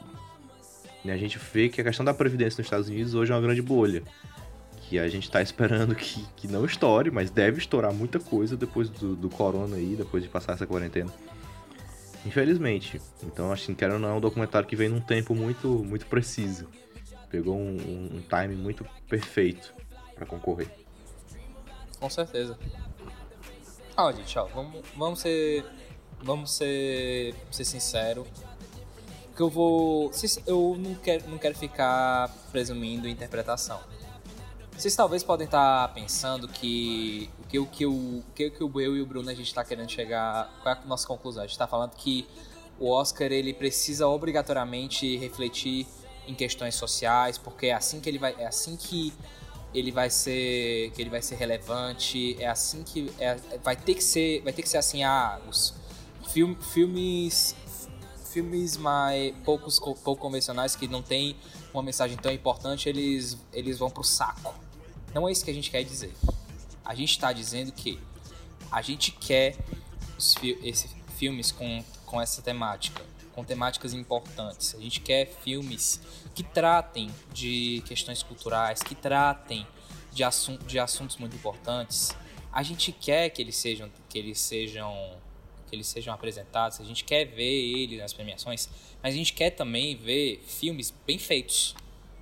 E a gente vê que a questão da previdência nos Estados Unidos hoje é uma grande bolha, que a gente está esperando que, que não estoure, mas deve estourar muita coisa depois do, do corona aí, depois de passar essa quarentena. Infelizmente. Então, acho que quero ou não, é um documentário que vem num tempo muito, muito preciso. Pegou um, um, um time muito perfeito para concorrer. Com certeza. Ah, gente, ó, vamos, vamos ser, vamos ser, ser sincero. que eu vou... Eu não quero, não quero ficar presumindo interpretação. Vocês talvez podem estar pensando que o que, o que, o, que, que o eu e o Bruno a gente está querendo chegar... Qual é a nossa conclusão? A gente está falando que o Oscar ele precisa obrigatoriamente refletir em questões sociais, porque é assim que ele vai, é assim que ele vai ser, que ele vai ser relevante, é assim que é, vai ter que ser, vai ter que ser assim, ah, os film, filmes filmes mais poucos pouco convencionais que não tem uma mensagem tão importante, eles eles vão pro saco. Não é isso que a gente quer dizer. A gente está dizendo que a gente quer os fi- esses filmes com com essa temática, com temáticas importantes. A gente quer filmes que tratem de questões culturais, que tratem de, assun- de assuntos muito importantes. A gente quer que eles sejam, que eles sejam, que eles sejam apresentados. A gente quer ver eles nas premiações, mas a gente quer também ver filmes bem feitos.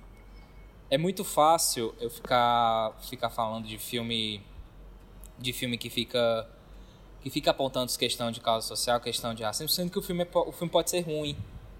É muito fácil eu ficar, ficar falando de filme, de filme que fica que fica apontando questão de causa social, questão de racismo, sendo que o filme, é, o filme pode ser ruim.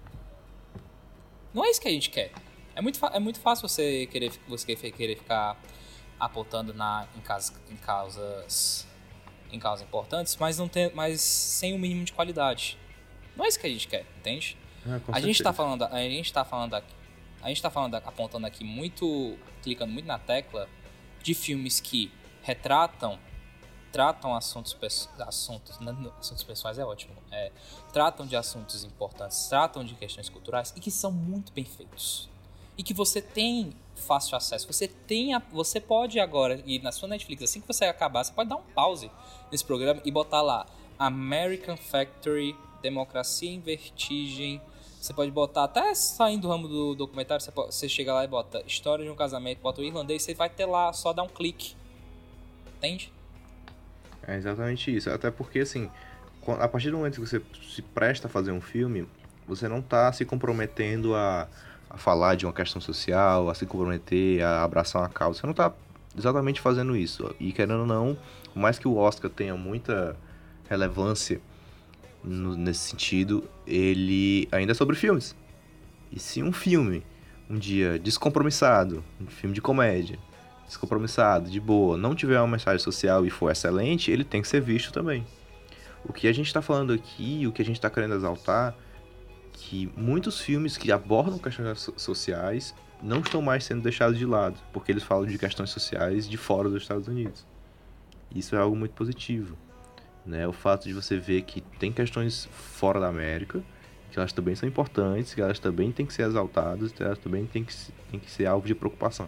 Não é isso que a gente quer. É muito, é muito fácil você querer, você querer ficar apontando na, em, causas, em, causas, em causas importantes, mas, não tem, mas sem o mínimo de qualidade. Não é isso que a gente quer, entende? Ah, a gente está falando, a gente está falando, aqui, a gente está falando, apontando aqui muito, clicando muito na tecla de filmes que retratam tratam assuntos, assuntos, não, assuntos pessoais é ótimo, é, tratam de assuntos importantes, tratam de questões culturais e que são muito bem feitos. E que você tem fácil acesso, você, tem a, você pode agora ir na sua Netflix, assim que você acabar, você pode dar um pause nesse programa e botar lá American Factory, Democracia em Vertigem. Você pode botar, até saindo do ramo do documentário, você, pode, você chega lá e bota História de um Casamento, bota o irlandês, você vai ter lá, só dar um clique. Entende? É exatamente isso. Até porque, assim, a partir do momento que você se presta a fazer um filme, você não está se comprometendo a, a falar de uma questão social, a se comprometer, a abraçar uma causa. Você não está exatamente fazendo isso. E, querendo ou não, por mais que o Oscar tenha muita relevância no, nesse sentido, ele ainda é sobre filmes. E se um filme, um dia descompromissado, um filme de comédia, descompromissado, de boa, não tiver uma mensagem social e for excelente, ele tem que ser visto também. O que a gente está falando aqui, o que a gente está querendo exaltar, que muitos filmes que abordam questões sociais não estão mais sendo deixados de lado, porque eles falam de questões sociais de fora dos Estados Unidos. Isso é algo muito positivo, né? O fato de você ver que tem questões fora da América, que elas também são importantes, que elas também têm que ser exaltadas, que elas também têm que, têm que ser alvo de preocupação.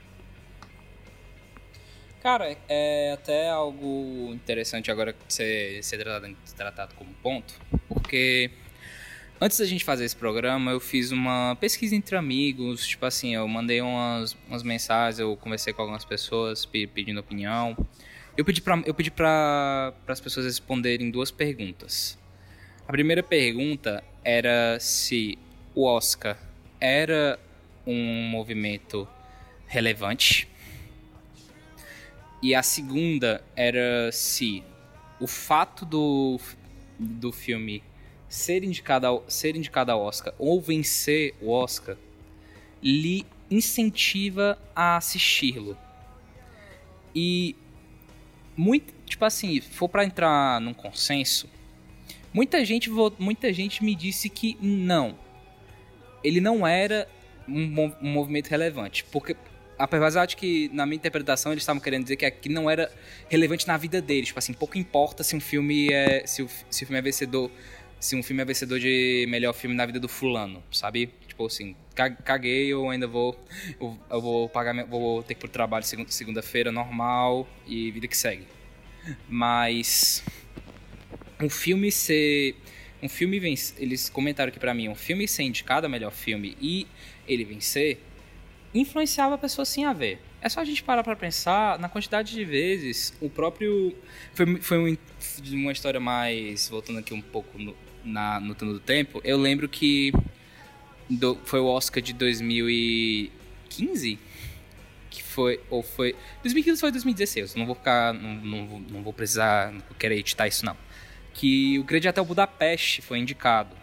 Cara, é até algo interessante agora ser, ser tratado, tratado como ponto, porque antes da gente fazer esse programa, eu fiz uma pesquisa entre amigos, tipo assim, eu mandei umas, umas mensagens, eu conversei com algumas pessoas pedindo opinião. Eu pedi pra, eu pedi pra, as pessoas responderem duas perguntas. A primeira pergunta era se o Oscar era um movimento relevante. E a segunda era se o fato do, do filme ser indicado, ao, ser indicado ao Oscar ou vencer o Oscar lhe incentiva a assisti-lo. E, muito, tipo assim, se for pra entrar num consenso, muita gente, muita gente me disse que não, ele não era um, um movimento relevante, porque apesar de que, na minha interpretação, eles estavam querendo dizer que aqui não era relevante na vida deles. Tipo assim, pouco importa se um filme é. Se o, se o filme é vencedor. Se um filme é vencedor de melhor filme na vida do fulano, sabe? Tipo assim, caguei, eu ainda vou. Eu, eu vou pagar. Vou ter que ir pro trabalho segunda-feira normal e vida que segue. Mas. Um filme ser. Um filme vencer. Eles comentaram aqui pra mim, um filme ser indicado a melhor filme e ele vencer, influenciava a pessoa sim a ver. É só a gente parar pra pensar na quantidade de vezes o próprio... Foi, foi um, uma história mais... Voltando aqui um pouco no, na, no turno do tempo, eu lembro que do, foi o Oscar de dois mil e quinze? Que foi... Ou foi... dois mil e quinze foi dois mil e dezesseis, eu não vou ficar... Não, não, não vou precisar... Não vou querer editar isso não. Que o Grande Hotel Budapeste foi indicado.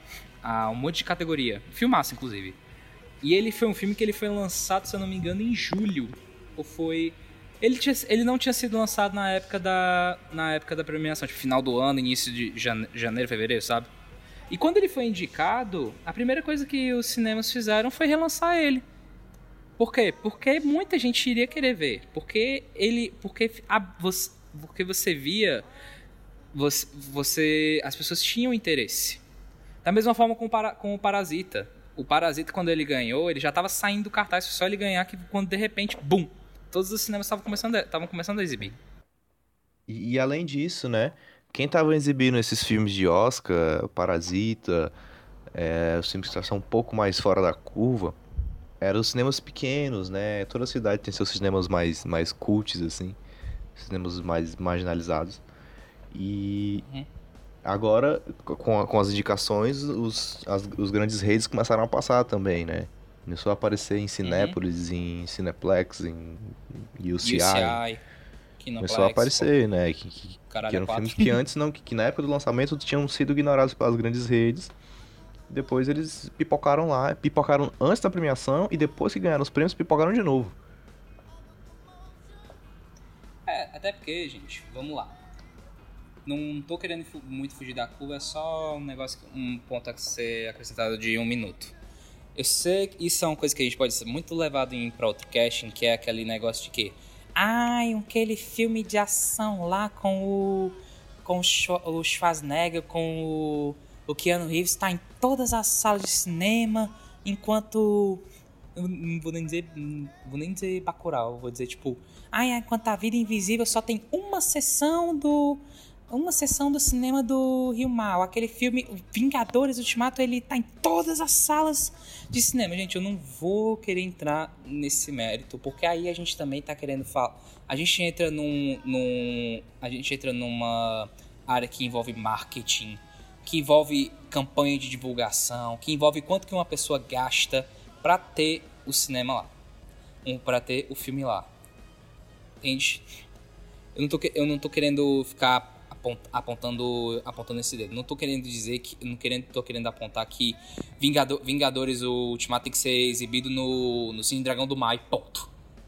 a um monte de categoria. Filmaço, inclusive. E ele foi um filme que ele foi lançado, se eu não me engano, em julho. Ou foi... Ele, tinha, ele não tinha sido lançado na época da, na época da premiação, tipo, final do ano, início de jane, janeiro, fevereiro, sabe? E quando ele foi indicado, a primeira coisa que os cinemas fizeram foi relançar ele. Por quê? Porque muita gente iria querer ver. Porque ele... Porque, a, você, porque você via... Você, você, as pessoas tinham interesse. Da mesma forma com, para, com o Parasita. O Parasita, quando ele ganhou, ele já estava saindo do cartaz. Foi só ele ganhar que quando, de repente, bum! Todos os cinemas estavam começando, estavam começando a exibir. E, e além disso, né? Quem estava exibindo esses filmes de Oscar, Parasita, é, os filmes que são um pouco mais fora da curva, eram os cinemas pequenos, né? Toda cidade tem seus cinemas mais, mais cults, assim. Cinemas mais marginalizados. E uhum. agora, com, com as indicações, os, as, os grandes redes começaram a passar também, né? Começou a aparecer em Cinépolis, uhum. em Cineplex, em U C I. U C I Começou a aparecer, pô. né? Que, que, que eram filmes que antes, não, que, que na época do lançamento tinham sido ignorados pelas grandes redes. Depois eles pipocaram lá, pipocaram antes da premiação e depois que ganharam os prêmios, pipocaram de novo. É, até porque, gente, vamos lá. Não tô querendo muito fugir da curva, é só um negócio, um ponto a ser acrescentado de um minuto. Eu sei que isso é uma coisa que a gente pode ser muito levado em pra outro casting, que é aquele negócio de que ai, aquele filme de ação lá com o com o Schwarzenegger, com o, o Keanu Reeves, está em todas as salas de cinema, enquanto eu não vou nem dizer, não vou nem dizer Bacurau, vou dizer tipo, ai, enquanto a Vida Invisível só tem uma sessão do uma sessão do cinema do Rio Mal. Aquele filme Vingadores Ultimato, ele tá em todas as salas de cinema. Gente, eu não vou querer entrar nesse mérito, porque aí a gente também tá querendo falar. A gente entra num, num a gente entra numa área que envolve marketing, que envolve campanha de divulgação, que envolve quanto que uma pessoa gasta pra ter o cinema lá, pra ter o filme lá. Entende? Eu não tô, eu não tô querendo ficar apontando, apontando esse dedo. Não tô querendo dizer que... Não querendo, tô querendo apontar que Vingador, Vingadores o Ultimato tem que ser exibido no, no Cine Dragão do Mar, ponto.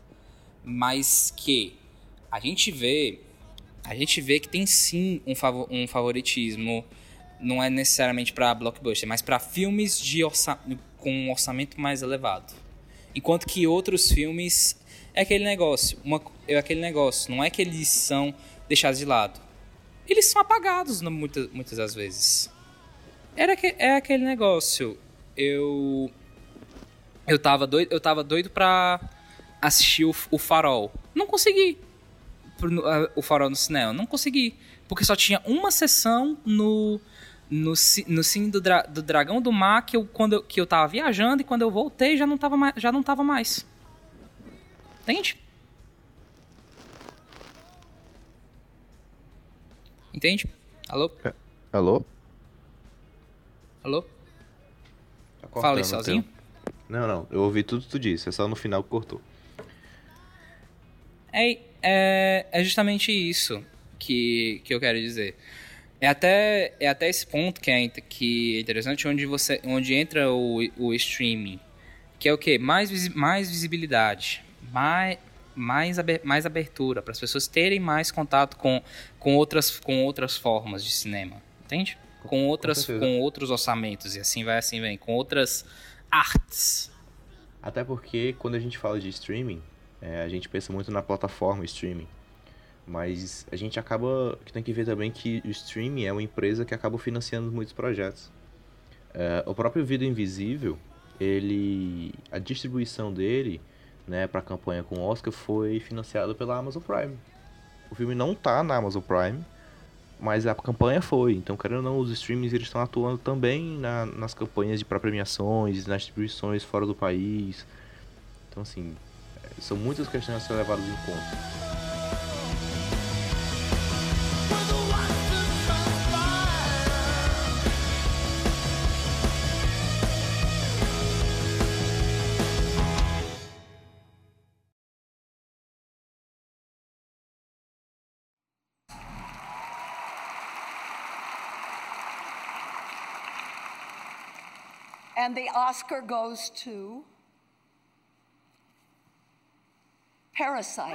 Mas que a gente vê... A gente vê que tem sim um, favor, um favoritismo. Não é necessariamente para blockbuster, mas para filmes de orça, com um orçamento mais elevado. Enquanto que outros filmes... É aquele negócio. Uma, é aquele negócio. Não é que eles são deixados de lado. Eles são apagados muitas, muitas das vezes. Era que, é aquele negócio. Eu. Eu tava doido, eu tava doido pra assistir o, o Farol. Não consegui. O Farol no cinema. Não consegui. Porque só tinha uma sessão no. No, no Cine do, Dra, do Dragão do Mar que eu, quando eu, que eu tava viajando, e quando eu voltei já não tava mais. Já não tava mais. Entende? Entende? Alô? É. Alô? Alô? Tá Fala aí sozinho? Teu... Não, não. Eu ouvi tudo que tu disse. É só no final que cortou. É, é, é justamente isso que, que eu quero dizer. É até, é até esse ponto que é, que é interessante, onde, você, onde entra o, o streaming. Que é o quê? Mais, visi, mais visibilidade. Mais... Mais, mais abertura, para as pessoas terem mais contato com, com, outras, com outras formas de cinema, entende? Com, outras, com, com outros orçamentos, e assim vai, assim vem, com outras artes. Até porque, quando a gente fala de streaming, é, a gente pensa muito na plataforma streaming, mas a gente acaba, tem que ver também que o streaming é uma empresa que acaba financiando muitos projetos. É, o próprio Vida Invisível, ele, a distribuição dele... Né, para a campanha com o Oscar foi financiado pela Amazon Prime. O filme não tá na Amazon Prime, mas a campanha foi. Então, querendo ou não, os streamings eles estão atuando também na, nas campanhas de pré-premiações, nas distribuições fora do país. Então, assim, são muitas questões a ser levadas em conta. And the Oscar goes to Parasite.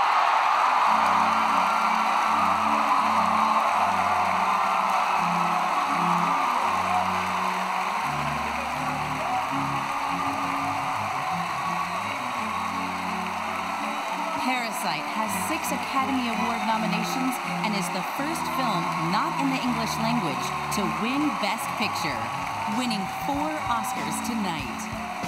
Parasite has six Academy Award nominations and is the first film not in the English language to win Best Picture, winning four Oscars tonight.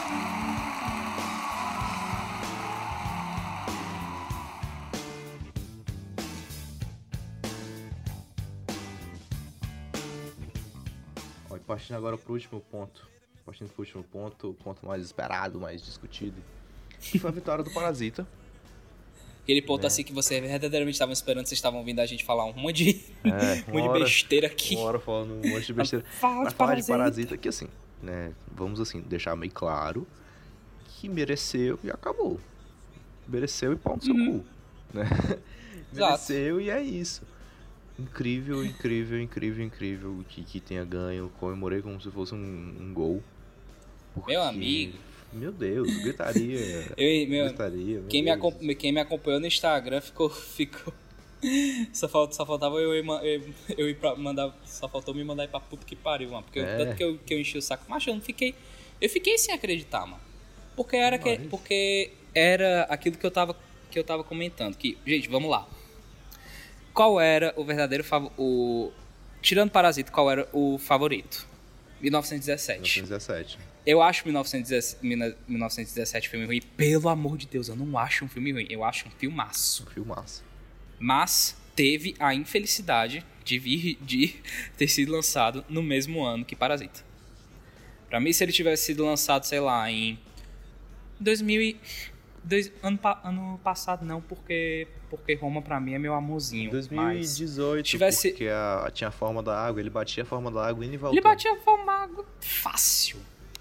Ó, e partindo agora pro último ponto, partindo pro último ponto, o ponto mais esperado, mais discutido, que foi a vitória do Parasita. Aquele ponto é. assim que você verdadeiramente estavam esperando, vocês estavam ouvindo a gente falar um monte de, é, um monte de besteira aqui. Uma hora falando um monte de besteira. Fala Mas de falar Parasita. de Parasita que assim, né, vamos assim, deixar meio claro que mereceu e acabou. Mereceu e pau no seu Uhum. cu, né? Mereceu e é isso. Incrível, incrível, incrível, incrível que, que tenha ganho. Comemorei como se fosse um, um gol. Porque... Meu amigo. Meu Deus, gritaria. Eu, meu, gritaria meu quem, me Deus. acompanha, quem me acompanhou no Instagram ficou. ficou só, falta, só faltava eu ir, eu, eu ir pra mandar. Só faltou me mandar ir pra puta que pariu, mano. Porque É. tanto que eu, que eu enchi o saco. Mas eu não fiquei. Eu fiquei sem acreditar, mano. Porque era, que, porque era aquilo que eu, tava, que eu tava comentando. Que, gente, vamos lá. Qual era o verdadeiro favorito? Tirando Parasita, qual era o favorito? mil novecentos e dezessete. mil novecentos e dezessete. Eu acho mil novecentos e dezessete filme ruim. Pelo amor de Deus, eu não acho um filme ruim. Eu acho um filmaço. Um filmaço. Mas teve a infelicidade de vir de ter sido lançado no mesmo ano que Parasita. Pra mim, se ele tivesse sido lançado, sei lá, em dois mil e... Dois, ano, ano passado não, porque, porque Roma pra mim é meu amorzinho. dois mil e dezoito, tivesse... porque a, tinha a forma da água, ele batia a forma da água e ele voltou. Ele batia a forma da água fácil.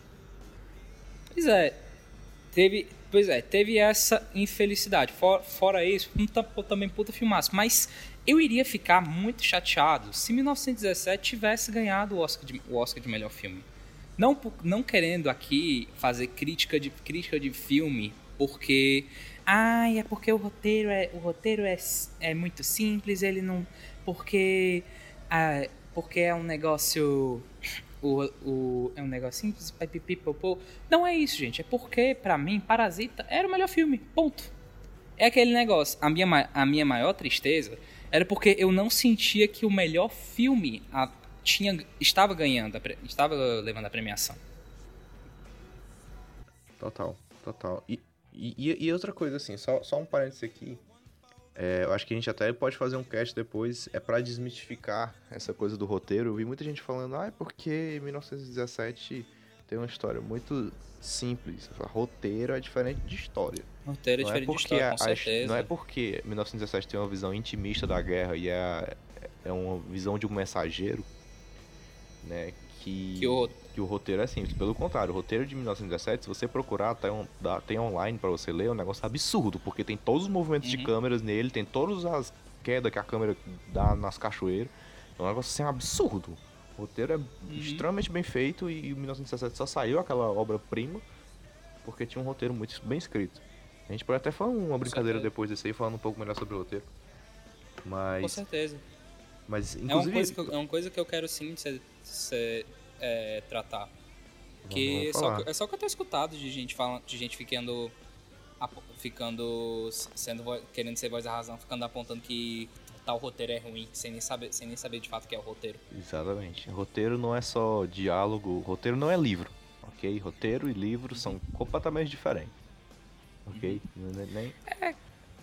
Pois é, teve, pois é, teve essa infelicidade. For, fora isso, também puta filmaço. Mas eu iria ficar muito chateado se mil novecentos e dezessete tivesse ganhado o Oscar de, o Oscar de melhor filme. Não, não querendo aqui fazer crítica de, crítica de filme, porque... Ai, é porque o roteiro é, o roteiro é, é muito simples, ele não... Porque, ah, porque é um negócio... O, o, é um negócio simples, pipipipopô. Não é isso, gente. É porque, pra mim, Parasita era o melhor filme. Ponto. É aquele negócio. A minha, a minha maior tristeza era porque eu não sentia que o melhor filme a, tinha, estava ganhando, a, estava levando a premiação. Total, total. E, e, e outra coisa, assim, só, só um parênteses aqui. É, eu acho que a gente até pode fazer um cast depois, é pra desmistificar essa coisa do roteiro. Eu vi muita gente falando, ah, é porque mil novecentos e dezessete tem uma história muito simples. Roteiro é diferente de história. Roteiro é não diferente é de história, a, com certeza. Não é porque mil novecentos e dezessete tem uma visão intimista da guerra e é, é uma visão de um mensageiro, né, que, que, o... que o roteiro é simples. Pelo contrário, o roteiro de mil novecentos e dezessete, se você procurar, tem, um, tem online pra você ler, é um negócio absurdo, porque tem todos os movimentos uhum. de câmeras nele, tem todas as quedas que a câmera dá nas cachoeiras. É um negócio assim absurdo. O roteiro é uhum. extremamente bem feito e em mil novecentos e dezessete só saiu aquela obra-prima porque tinha um roteiro muito bem escrito. A gente pode até falar uma brincadeira depois desse aí, falando um pouco melhor sobre o roteiro. Mas... Com certeza. Mas, inclusive... é, uma coisa que eu, é uma coisa que eu quero sim ser, ser, é, tratar. Que só, é só que eu tenho escutado de gente falando, de gente ficando, ficando sendo, querendo ser voz da razão, ficando apontando que tal roteiro é ruim, sem nem saber, sem nem saber de fato o que é o roteiro. Exatamente. Roteiro não é só diálogo, roteiro não é livro, ok? Roteiro e livro são completamente diferentes, ok? Uhum. Nem... É.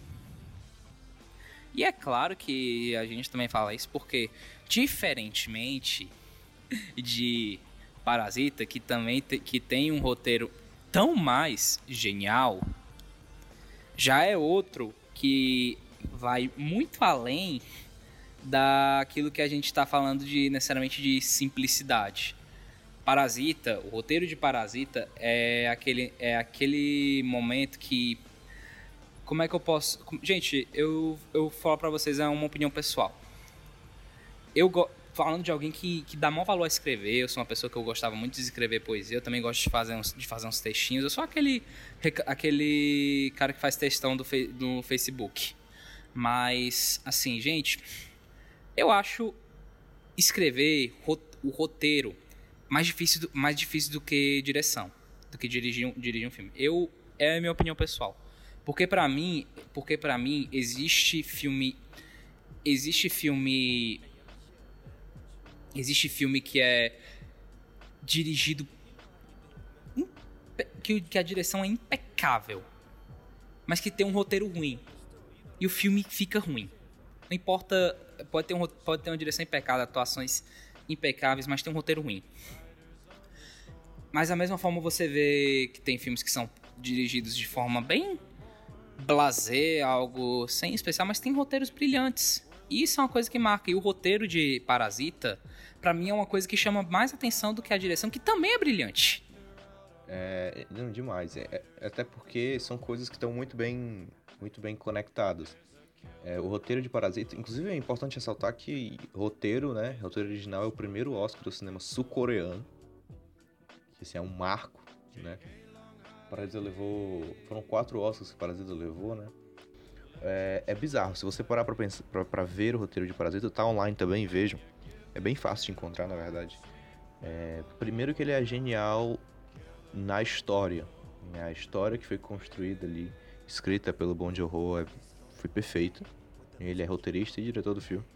E é claro que a gente também fala isso porque, diferentemente de Parasita, que também te, que tem um roteiro tão mais genial, já é outro que vai muito além daquilo que a gente está falando de necessariamente de simplicidade. Parasita, o roteiro de Parasita é aquele, é aquele momento que... Como é que eu posso... Gente, eu, eu falo pra vocês, é uma opinião pessoal. Eu go... falando de alguém que, que dá maior valor a escrever. Eu sou uma pessoa que eu gostava muito de escrever poesia. Eu também gosto de fazer uns, de fazer uns textinhos. Eu sou aquele, aquele cara que faz textão do, do Facebook. Mas, assim, gente, eu acho escrever o roteiro mais difícil do, mais difícil do que direção, do que dirigir um, dirigir um filme. Eu, é a minha opinião pessoal. Porque pra mim, porque pra mim existe filme... Existe filme... Existe filme que é dirigido... Que, que a direção é impecável, mas que tem um roteiro ruim. E o filme fica ruim. Não importa... Pode ter, um, pode ter uma direção impecável, atuações impecáveis, mas tem um roteiro ruim. Mas da mesma forma você vê que tem filmes que são dirigidos de forma bem blasé, algo sem especial, mas tem roteiros brilhantes. E isso é uma coisa que marca. E o roteiro de Parasita, pra mim, é uma coisa que chama mais atenção do que a direção, que também é brilhante. É, não, demais. É, é, até porque são coisas que estão muito bem, muito bem conectadas. É, o roteiro de Parasita, inclusive é importante ressaltar que roteiro, né, roteiro original é o primeiro Oscar do cinema sul-coreano. Esse é um marco, né? Parasita levou, foram quatro Oscars que Parasita levou, né? É, é bizarro, se você parar pra, pensar, pra, pra ver o roteiro de Parasita, tá online também, vejam. É bem fácil de encontrar, na verdade. É, primeiro que ele é genial na história, né? A história que foi construída ali, escrita pelo Bong Joon-ho, é, foi perfeita. Ele é roteirista e diretor do filme.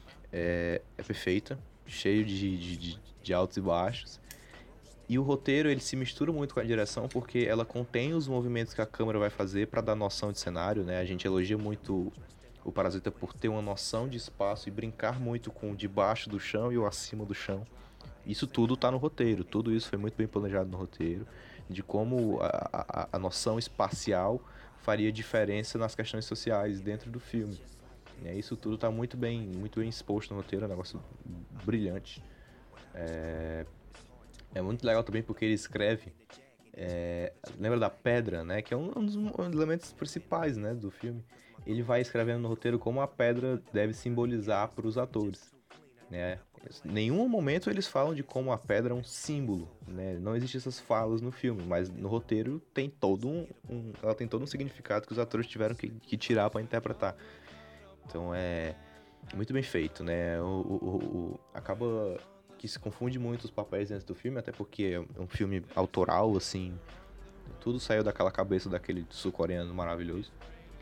É, é perfeita, cheio de, de, de, de altos e baixos. E o roteiro, ele se mistura muito com a direção porque ela contém os movimentos que a câmera vai fazer para dar noção de cenário, né? A gente elogia muito o Parasita por ter uma noção de espaço e brincar muito com o debaixo do chão e o acima do chão. Isso tudo tá no roteiro, tudo isso foi muito bem planejado no roteiro, de como a, a, a noção espacial faria diferença nas questões sociais dentro do filme. É, isso tudo tá muito bem, muito bem exposto no roteiro, é um negócio brilhante. É... É muito legal também porque ele escreve, é, lembra da pedra, né, que é um, um dos elementos principais, né, do filme. Ele vai escrevendo no roteiro como a pedra deve simbolizar para os atores, né. Em nenhum momento eles falam de como a pedra é um símbolo, né. Não existem essas falas no filme, mas no roteiro tem todo um, um ela tem todo um significado que os atores tiveram que, que tirar para interpretar. Então é muito bem feito, né. O, o, o, acaba que se confunde muito os papéis dentro do filme, até porque é um filme autoral, assim, tudo saiu daquela cabeça daquele sul-coreano maravilhoso,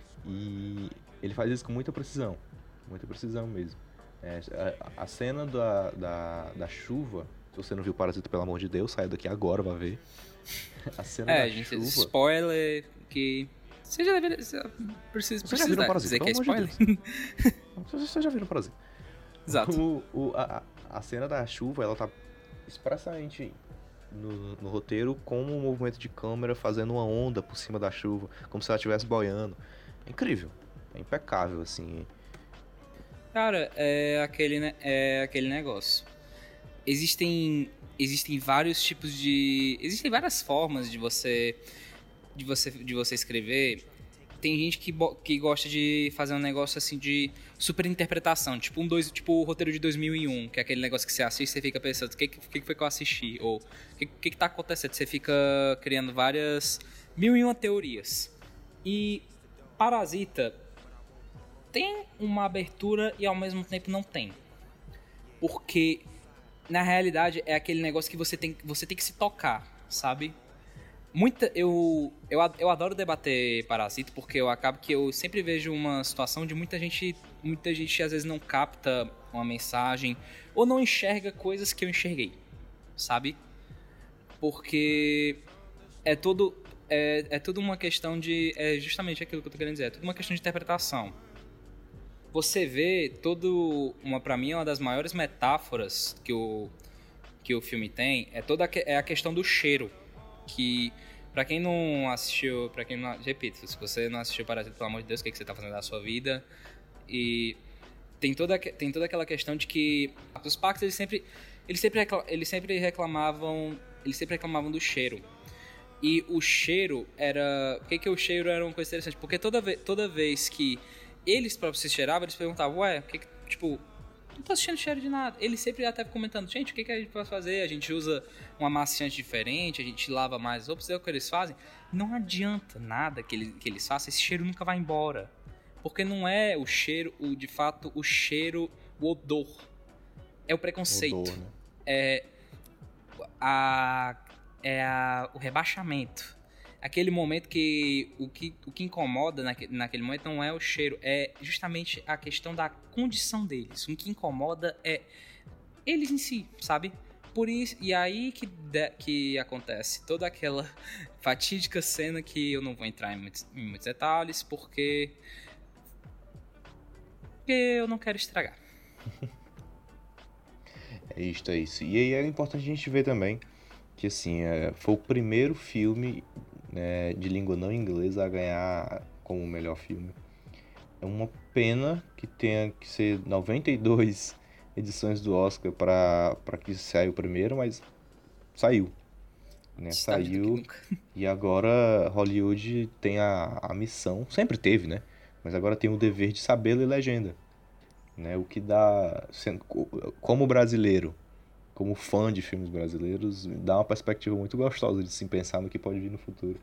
e ele faz isso com muita precisão, muita precisão mesmo. É, a, a cena da, da, da chuva, se você não viu Parasita, pelo amor de Deus, saia daqui agora, vai ver. A cena é, da gente, chuva... spoiler que... Você já deveria... Você precisa, você já viu Parasita, dizer que é spoiler? Você já viu Parasita. Exato. O, o, a, a cena da chuva, ela tá expressamente no, no roteiro como um movimento de câmera fazendo uma onda por cima da chuva, como se ela estivesse boiando. É incrível, é impecável, assim. Cara, é aquele, né, é aquele negócio. Existem, existem vários tipos de... Existem várias formas de você, de você, de você escrever. Tem gente que, que gosta de fazer um negócio assim de super interpretação, tipo, um dois, tipo o roteiro de dois mil e um, que é aquele negócio que você assiste e você fica pensando, o que, que, que foi que eu assisti? Ou o que, que, que tá acontecendo? Você fica criando várias mil e uma teorias. E Parasita tem uma abertura e ao mesmo tempo não tem. Porque na realidade é aquele negócio que você tem, você tem que se tocar, sabe? Muita, eu, eu, eu adoro debater Parasita porque eu acabo que eu sempre vejo uma situação de muita gente, muita gente às vezes não capta uma mensagem ou não enxerga coisas que eu enxerguei, sabe? Porque é todo, é, é tudo uma questão de, é justamente aquilo que eu tô querendo dizer, é tudo uma questão de interpretação. Você vê todo, uma, pra mim, uma das maiores metáforas que o, que o filme tem é, toda, é a questão do cheiro. Que, pra quem não assistiu, pra quem não, repito, se você não assistiu Parasita, pelo amor de Deus, o que, é que você tá fazendo da sua vida? E tem toda, tem toda aquela questão de que os parques, eles sempre, eles sempre, eles sempre reclamavam, eles sempre reclamavam do cheiro. E o cheiro era, por que que o cheiro era uma coisa interessante? Porque toda vez, toda vez que eles próprios se cheiravam, eles perguntavam, ué, que, tipo, não tô sentindo cheiro de nada. Ele sempre até comentando, gente, o que, que a gente pode fazer? A gente usa um amaciante diferente, a gente lava mais roupas, é o que eles fazem. Não adianta nada que, ele, que eles façam, esse cheiro nunca vai embora. Porque não é o cheiro, o, de fato, o cheiro, o odor. É o preconceito. Odor, né? É, a, é a, o rebaixamento. Aquele momento que o que, o que incomoda naquele, naquele momento não é o cheiro, é justamente a questão da condição deles. O que incomoda é eles em si, sabe? Por isso, e aí que, de, que acontece toda aquela fatídica cena que eu não vou entrar em muitos, em muitos detalhes, porque, porque eu não quero estragar. É isso, é isso. E aí é importante a gente ver também que assim, é, foi o primeiro filme, né, de língua não inglesa a ganhar como melhor filme. É uma pena que tenha que ser noventa e duas edições do Oscar para que saia o primeiro, mas saiu. Né? Saiu e agora Hollywood tem a, a missão, sempre teve, né? Mas agora tem o dever de saber ler legenda. Né? O que dá, sendo, como brasileiro, como fã de filmes brasileiros, dá uma perspectiva muito gostosa de se pensar no que pode vir no futuro.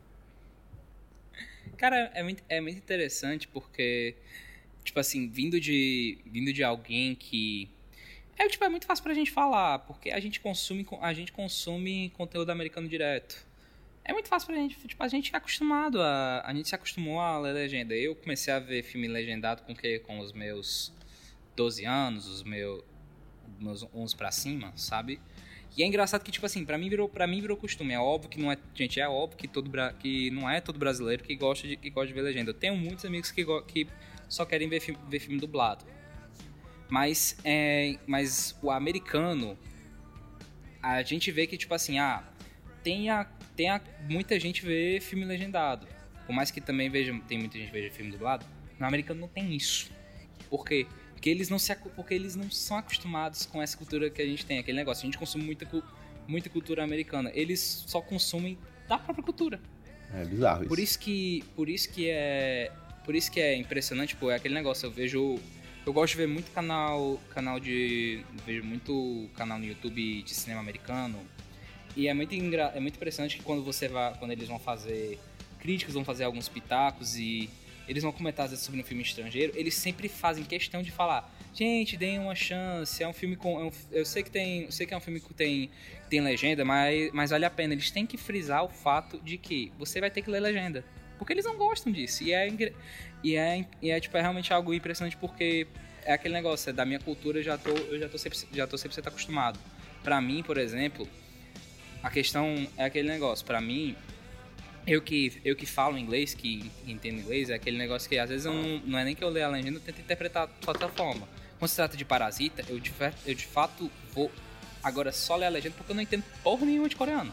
Cara, é muito, é muito interessante porque, tipo assim, vindo de, vindo de alguém que... É, tipo, é muito fácil pra gente falar, porque a gente consome, a gente consome conteúdo americano direto. É muito fácil pra gente, tipo, a gente é acostumado a... A gente se acostumou a ler legenda. Eu comecei a ver filme legendado com, que, com os meus doze anos, os meus... meus onze pra cima, sabe? E é engraçado que, tipo assim, pra mim virou, pra mim virou costume. É óbvio que não é... Gente, é óbvio que, todo, que não é todo brasileiro que gosta de, que gosta de ver legenda. Eu tenho muitos amigos que, que só querem ver filme, ver filme dublado. Mas, é, mas o americano, a gente vê que, tipo assim, ah, tem, a, tem a, muita gente vê filme legendado. Por mais que também veja, tem muita gente que veja filme dublado, no americano não tem isso. Por quê? Porque eles, não se, porque eles não são acostumados com essa cultura que a gente tem, aquele negócio. A gente consome muita, muita cultura americana. Eles só consomem da própria cultura. É bizarro isso. Por isso que, por isso que, é, por isso que é impressionante, pô, é aquele negócio. Eu vejo... Eu gosto de ver muito canal, canal de... Vejo muito canal no YouTube de cinema americano. E é muito, engra, é muito impressionante que quando, você vai, quando eles vão fazer críticas, vão fazer alguns pitacos e... Eles vão comentar às vezes sobre um filme estrangeiro, eles sempre fazem questão de falar, gente, deem uma chance, é um filme com... É um, eu sei que, tem, eu sei que é um filme que tem, tem legenda, mas, mas vale a pena. Eles têm que frisar o fato de que você vai ter que ler legenda. Porque eles não gostam disso. E é, e é, e é, tipo, é realmente algo impressionante porque é aquele negócio, é da minha cultura eu já tô, eu já tô sempre, já tô sempre acostumado. Pra mim, por exemplo, a questão é aquele negócio, pra mim... Eu que, eu que falo inglês, que entendo inglês, é aquele negócio que às vezes eu não, não é nem que eu leio a legenda, eu tento interpretar de outra forma. Quando se trata de Parasita, eu de, eu de fato vou agora só ler a legenda porque eu não entendo porra nenhuma de coreano.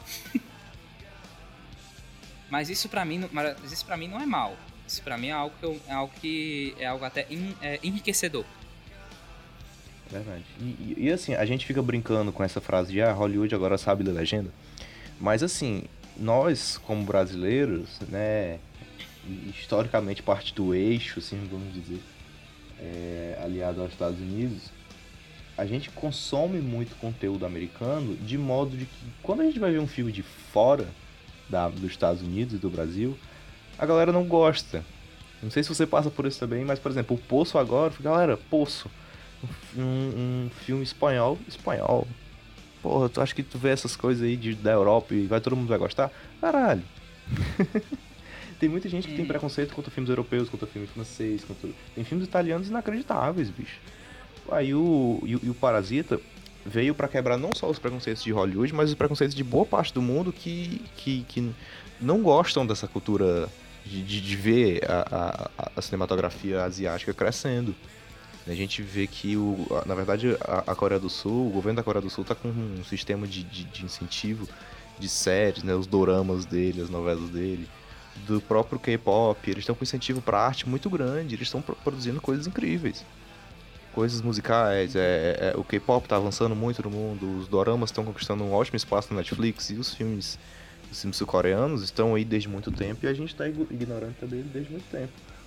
Mas isso pra mim, mas isso pra mim não é mal. Isso pra mim é algo que, eu, é, algo que é algo até en, é, enriquecedor. Verdade. E, e, e assim, a gente fica brincando com essa frase de ah, Hollywood agora sabe ler legenda. Mas assim... Nós, como brasileiros, né, historicamente parte do eixo, assim, vamos dizer, é, aliado aos Estados Unidos, a gente consome muito conteúdo americano de modo de que quando a gente vai ver um filme de fora da, dos Estados Unidos e do Brasil, a galera não gosta. Não sei se você passa por isso também, mas, por exemplo, o Poço agora, galera, Poço, um, um filme espanhol, espanhol. Porra, tu acha que tu vê essas coisas aí de, da Europa e vai, todo mundo vai gostar? Caralho. Tem muita gente que tem preconceito contra filmes europeus, contra filmes francês, contra... Tem filmes italianos inacreditáveis, bicho. Aí o, e, e o Parasita veio pra quebrar não só os preconceitos de Hollywood, mas os preconceitos de boa parte do mundo que, que, que não gostam dessa cultura de, de, de ver a, a, a cinematografia asiática crescendo. A gente vê que, o, na verdade, a, a Coreia do Sul, o governo da Coreia do Sul está com um sistema de, de, de incentivo de séries, né, os doramas dele, as novelas dele, do próprio K-pop. Eles estão com incentivo para arte muito grande, eles estão produzindo coisas incríveis. Coisas musicais, é, é, o K-pop está avançando muito no mundo, os doramas estão conquistando um ótimo espaço na Netflix e os filmes, os filmes sul-coreanos estão aí desde muito tempo e a gente está ignorando também desde muito tempo.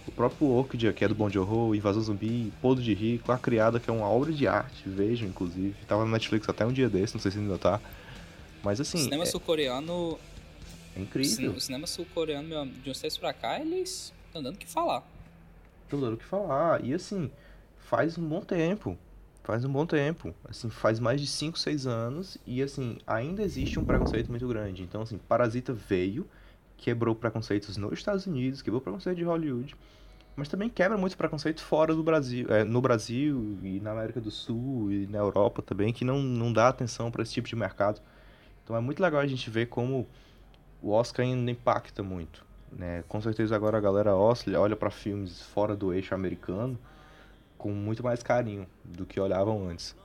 O próprio Orquídea, que é do Bom de Horror, Invasão Zumbi, Podo de Rir, com A Criada, que é uma obra de arte, vejam, inclusive. Tava no Netflix até um dia desse, não sei se ainda tá. Mas assim... O cinema é... sul-coreano... É incrível. O cinema sul-coreano, de uns tempos pra cá, eles estão dando o que falar. Estão dando o que falar. E assim, faz um bom tempo. Faz um bom tempo. Assim, faz mais de cinco, seis anos. E assim, ainda existe um preconceito muito grande. Então assim, Parasita veio, quebrou preconceitos nos Estados Unidos, quebrou preconceito de Hollywood. Mas também quebra muito preconceito fora do Brasil. É, no Brasil e na América do Sul e na Europa também, que não, não dá atenção para esse tipo de mercado. Então é muito legal a gente ver como o Oscar ainda impacta muito, né? Com certeza agora a galera olha para filmes fora do eixo americano com muito mais carinho do que olhavam antes.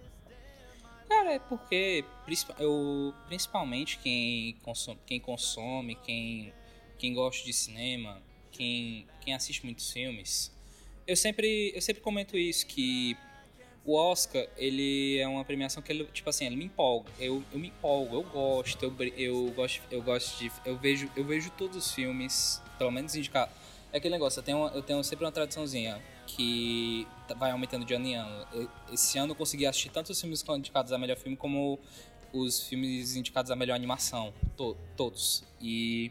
Cara, é porque eu, principalmente quem consome, quem, consome quem, quem gosta de cinema, quem, quem assiste muitos filmes, eu sempre, eu sempre comento isso, que o Oscar, ele é uma premiação que ele, tipo assim, ele me empolga. Eu, eu me empolgo, eu gosto, eu, eu gosto, eu gosto de, eu vejo, eu vejo todos os filmes, pelo menos indicados. É aquele negócio, eu tenho, eu tenho sempre uma tradiçãozinha que vai aumentando de ano em ano. Eu, esse ano eu consegui assistir tanto os filmes indicados a melhor filme como os filmes indicados a melhor animação, to, todos. E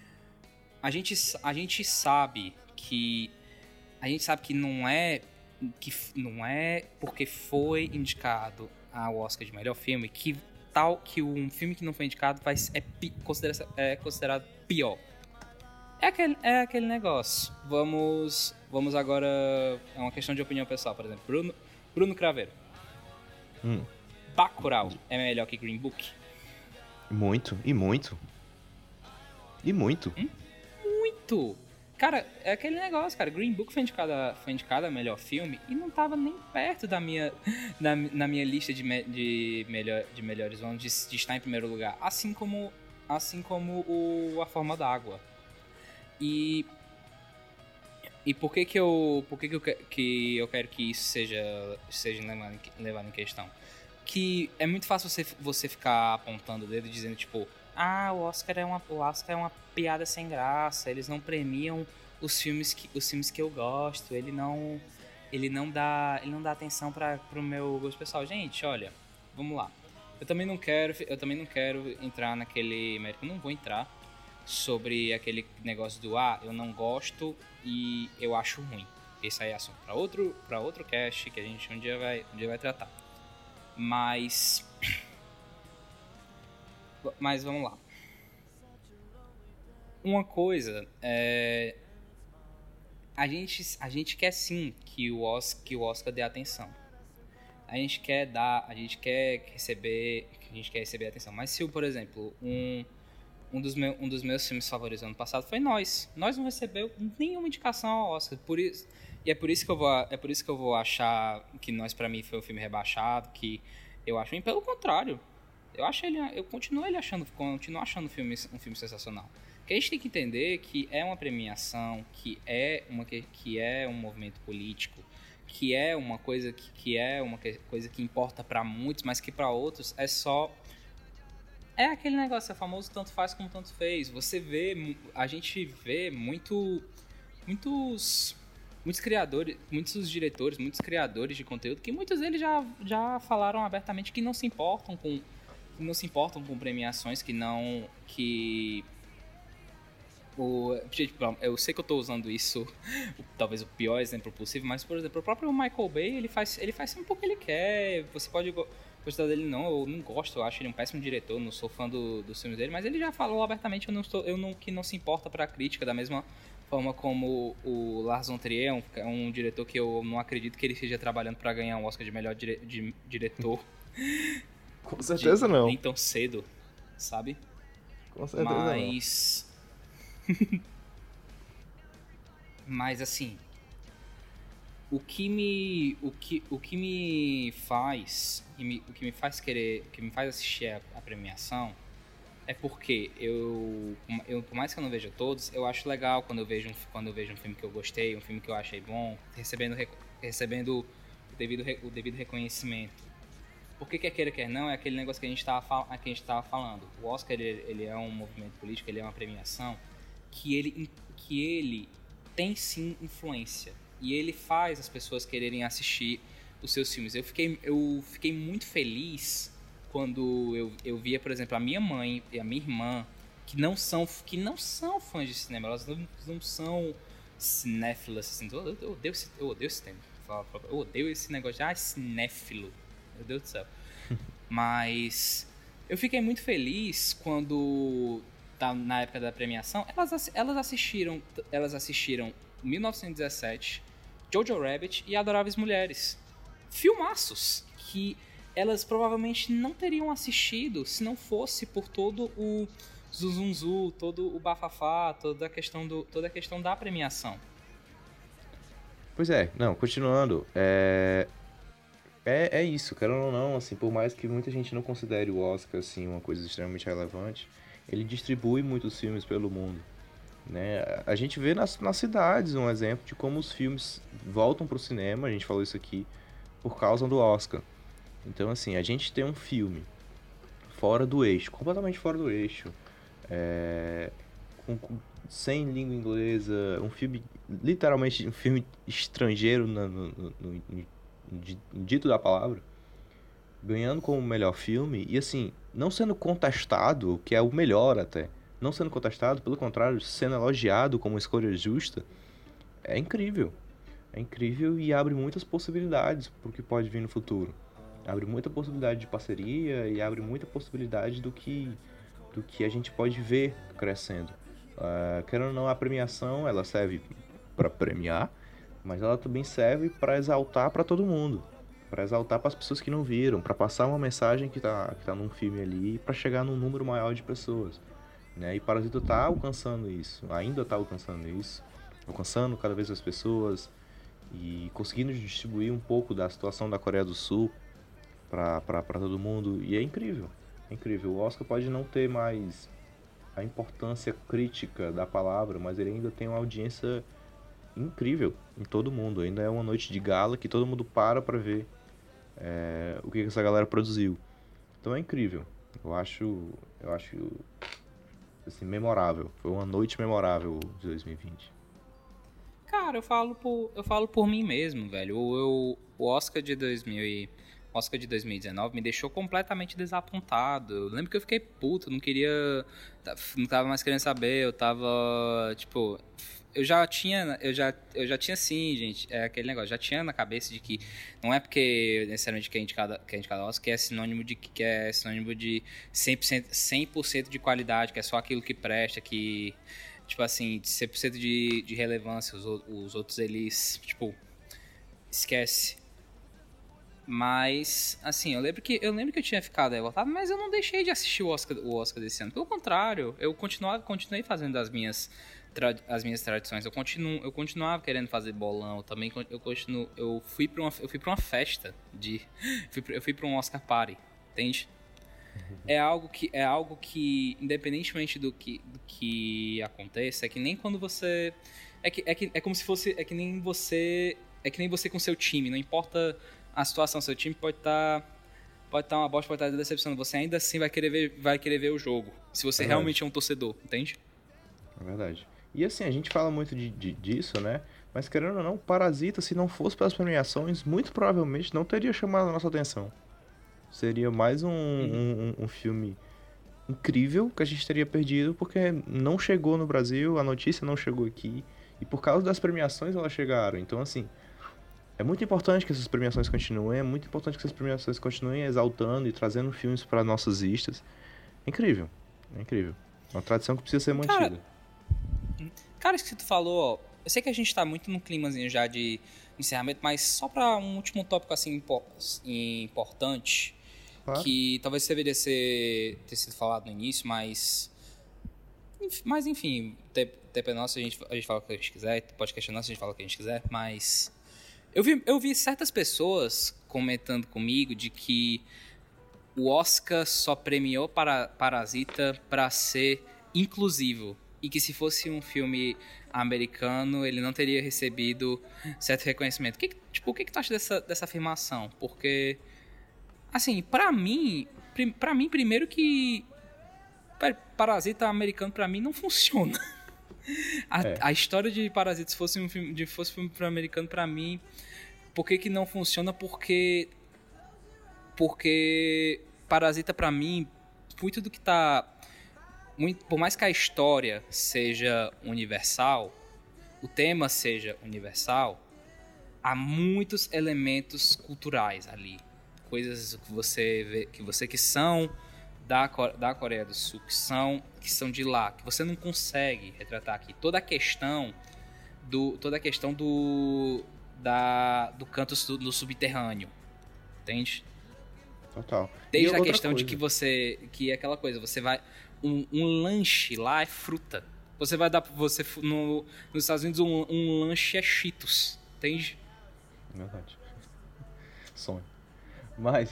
a gente, a gente sabe que a gente sabe que não é que não é porque foi indicado ao Oscar de melhor filme que tal que um filme que não foi indicado vai, é, considera, é considerado pior. É aquele, é aquele negócio. Vamos, vamos agora... É uma questão de opinião pessoal, por exemplo. Bruno, Bruno Craveiro. Hum. Bacurau é melhor que Green Book? Muito, e muito. E muito. Hum? Muito! Cara, é aquele negócio, cara. Green Book foi indicada, foi indicada a melhor filme e não tava nem perto da minha, da, na minha lista de, me, de, melhor, de melhores anos de, de estar em primeiro lugar. Assim como, assim como o A Forma d'Água. E, e por que que eu, por que que eu, que eu quero que isso seja, seja levado, levado em questão? Que é muito fácil você, você ficar apontando o dedo dizendo, tipo, ah, o Oscar é uma, o Oscar é uma piada sem graça, eles não premiam os filmes que, os filmes que eu gosto, ele não, ele não dá, ele não dá atenção para pro meu gosto pessoal. Gente, olha, vamos lá. Eu também não quero, eu também não quero entrar naquele mérito, eu não vou entrar sobre aquele negócio do ah, eu não gosto e eu acho ruim. Esse aí é assunto para outro, para outro cast que a gente um dia vai, um dia vai tratar. Mas mas vamos lá. Uma coisa é a gente a gente quer sim que o Oscar, que o Oscar dê atenção. A gente quer dar, a gente quer receber, a gente quer receber atenção. Mas se, por exemplo, um Um dos, meu, um dos meus filmes favoritos do ano passado foi Nós. Nós não recebeu nenhuma indicação ao Oscar. Por isso, e é por isso que eu vou, é por isso que eu vou achar que Nós, pra mim, foi um filme rebaixado, que eu acho. E pelo contrário, eu acho ele, eu continuo ele achando, continuo achando o filme, um filme sensacional. Que a gente tem que entender que é uma premiação, que é, uma, que é um movimento político, que é uma coisa que, que é uma coisa que importa pra muitos, mas que pra outros é só... É aquele negócio, é famoso tanto faz como tanto fez. Você vê, a gente vê muito, muitos, muitos criadores, muitos diretores, muitos criadores de conteúdo, que muitos deles já, já falaram abertamente que não se importam com, que não se importam com premiações, que não, que o, eu sei que eu estou usando isso, talvez o pior exemplo possível, mas por exemplo, o próprio Michael Bay, ele faz, ele faz sempre o que ele quer. Você pode gostar dele, não, eu não gosto, eu acho ele um péssimo diretor, não sou fã do, dos filmes dele, mas ele já falou abertamente eu não estou, eu não, que não se importa para a crítica, da mesma forma como o Lars von Trier é um, é um diretor que eu não acredito que ele esteja trabalhando para ganhar um Oscar de melhor dire, de, diretor. Com certeza de, não. Nem tão cedo, sabe? Com certeza mas... não. Mas assim, o que me o que o que me faz o que me, o que me faz querer, o que me faz assistir a, a premiação é porque eu, eu por mais que eu não veja todos, eu acho legal quando eu vejo um, quando eu vejo um filme que eu gostei, um filme que eu achei bom, recebendo recebendo o devido o devido reconhecimento. Porque quer queira quer não, é aquele negócio que a gente estava que a gente tava falando. O Oscar ele, ele é um movimento político, ele é uma premiação que ele, que ele tem sim influência. E ele faz as pessoas quererem assistir os seus filmes. Eu fiquei, eu fiquei muito feliz quando eu, eu via, por exemplo, a minha mãe e a minha irmã, que não são, que não são fãs de cinema, elas não, não são cinéfilas, assim. Eu, eu, odeio esse, eu odeio esse termo. Eu odeio esse negócio de ah, cinéfilo. Meu Deus do céu. Mas eu fiquei muito feliz quando, tá, na época da premiação, elas, elas assistiram elas assistiram mil novecentos e dezessete, Jojo Rabbit e Adoráveis Mulheres. Filmaços que elas provavelmente não teriam assistido se não fosse por todo o zuzunzu, todo o bafafá, toda a questão, do, toda a questão da premiação. Pois é, não, continuando, é... É, é isso, querendo ou não, assim, por mais que muita gente não considere o Oscar assim, uma coisa extremamente relevante, ele distribui muitos filmes pelo mundo, né? A gente vê nas, nas cidades um exemplo de como os filmes voltam para o cinema, a gente falou isso aqui, por causa do Oscar. Então, assim, a gente tem um filme fora do eixo, completamente fora do eixo, é, com, com, sem língua inglesa, um filme, literalmente um filme estrangeiro no, no, no, no dito da palavra, ganhando como melhor filme e assim, não sendo contestado, o que é o melhor até, não sendo contestado, pelo contrário, sendo elogiado como escolha justa, é incrível. É incrível e abre muitas possibilidades para o que pode vir no futuro. Abre muita possibilidade de parceria e abre muita possibilidade do que, do que a gente pode ver crescendo. Uh, querendo ou não, a premiação, ela serve para premiar, mas ela também serve para exaltar para todo mundo, para exaltar para as pessoas que não viram, para passar uma mensagem que está que tá num filme ali, para chegar num número maior de pessoas, né? E Parasita está alcançando isso, ainda está alcançando isso, alcançando cada vez as pessoas e conseguindo distribuir um pouco da situação da Coreia do Sul para todo mundo, e é incrível, é incrível. O Oscar pode não ter mais a importância crítica da palavra, mas ele ainda tem uma audiência incrível em todo mundo. Ainda é uma noite de gala que todo mundo para para ver é, o que essa galera produziu. Então é incrível. Eu acho, eu acho assim, memorável. Foi uma noite memorável de dois mil e vinte. Cara, eu falo por, eu falo por mim mesmo, velho. O, eu, o Oscar de dois mil e, Oscar de dois mil e dezenove me deixou completamente desapontado. Eu lembro que eu fiquei puto, não queria, não tava mais querendo saber. Eu tava, tipo, eu já tinha, eu já, eu já tinha sim, gente, é aquele negócio, já tinha na cabeça de que não é porque necessariamente que é indicado, que é indicado Oscar, que é sinônimo de que é sinônimo de cem por cento, cem por cento de qualidade, que é só aquilo que presta, que tipo assim, de cem por cento de, de relevância, os, os outros eles, tipo, esquece. Mas, assim, eu lembro que eu lembro que eu tinha ficado revoltado, mas eu não deixei de assistir o Oscar, o Oscar desse ano. Pelo contrário, eu continuava, continuei fazendo as minhas, as minhas tradições. Eu, continuo, eu continuava querendo fazer bolão. Eu também eu continuo, eu fui para uma, eu fui para uma festa de, eu fui para um Oscar Party, entende? É algo que é algo que independentemente do que, do que aconteça, é que nem quando você é que, é que é como se fosse é que nem você é que nem você com seu time, não importa a situação, seu time pode estar tá, pode estar tá uma bosta, pode estar tá decepcionando, você ainda assim vai querer ver, vai querer ver o jogo, se você é realmente é um torcedor, entende? É verdade. E assim, a gente fala muito de, de, disso, né? Mas querendo ou não, Parasita, se não fosse pelas premiações, muito provavelmente não teria chamado a nossa atenção. Seria mais um, uhum. um, um filme incrível que a gente teria perdido porque não chegou no Brasil, a notícia não chegou aqui, e por causa das premiações elas chegaram. Então, assim, é muito importante que essas premiações continuem, é muito importante que essas premiações continuem exaltando e trazendo filmes para nossas listas. É incrível, é incrível. É uma tradição que precisa ser mantida. Cara, cara, isso que tu falou, ó, eu sei que a gente tá muito num climazinho já de encerramento, mas só para um último tópico assim importante, claro, que talvez deveria ser, ter sido falado no início, mas mas enfim, tempo é nosso, a gente, a gente fala o que a gente quiser, podcast é nosso, a gente fala o que a gente quiser, mas eu vi, eu vi certas pessoas comentando comigo de que o Oscar só premiou para Parasita para ser inclusivo e que se fosse um filme americano ele não teria recebido certo reconhecimento. Que, tipo, o que, que tu acha dessa, dessa afirmação? Porque, assim, pra mim, pra mim primeiro que Parasita americano pra mim não funciona. A, é. a história de Parasita, se fosse um filme, de, fosse um filme americano, pra mim, por que que não funciona? Porque... Porque Parasita, pra mim, muito do que tá... Muito, por mais que a história seja universal, o tema seja universal, há muitos elementos culturais ali. Coisas que você vê, que você que são da, da Coreia do Sul, que são, que são de lá, que você não consegue retratar aqui. Toda a questão do, toda a questão do, da, do canto no subterrâneo, entende? Total. Desde a questão coisa. de que você, que é aquela coisa, você vai, um, um lanche lá é fruta. Você vai dar, você no, nos Estados Unidos um, um lanche é Cheetos, entende? Verdade. Sonho. Mas,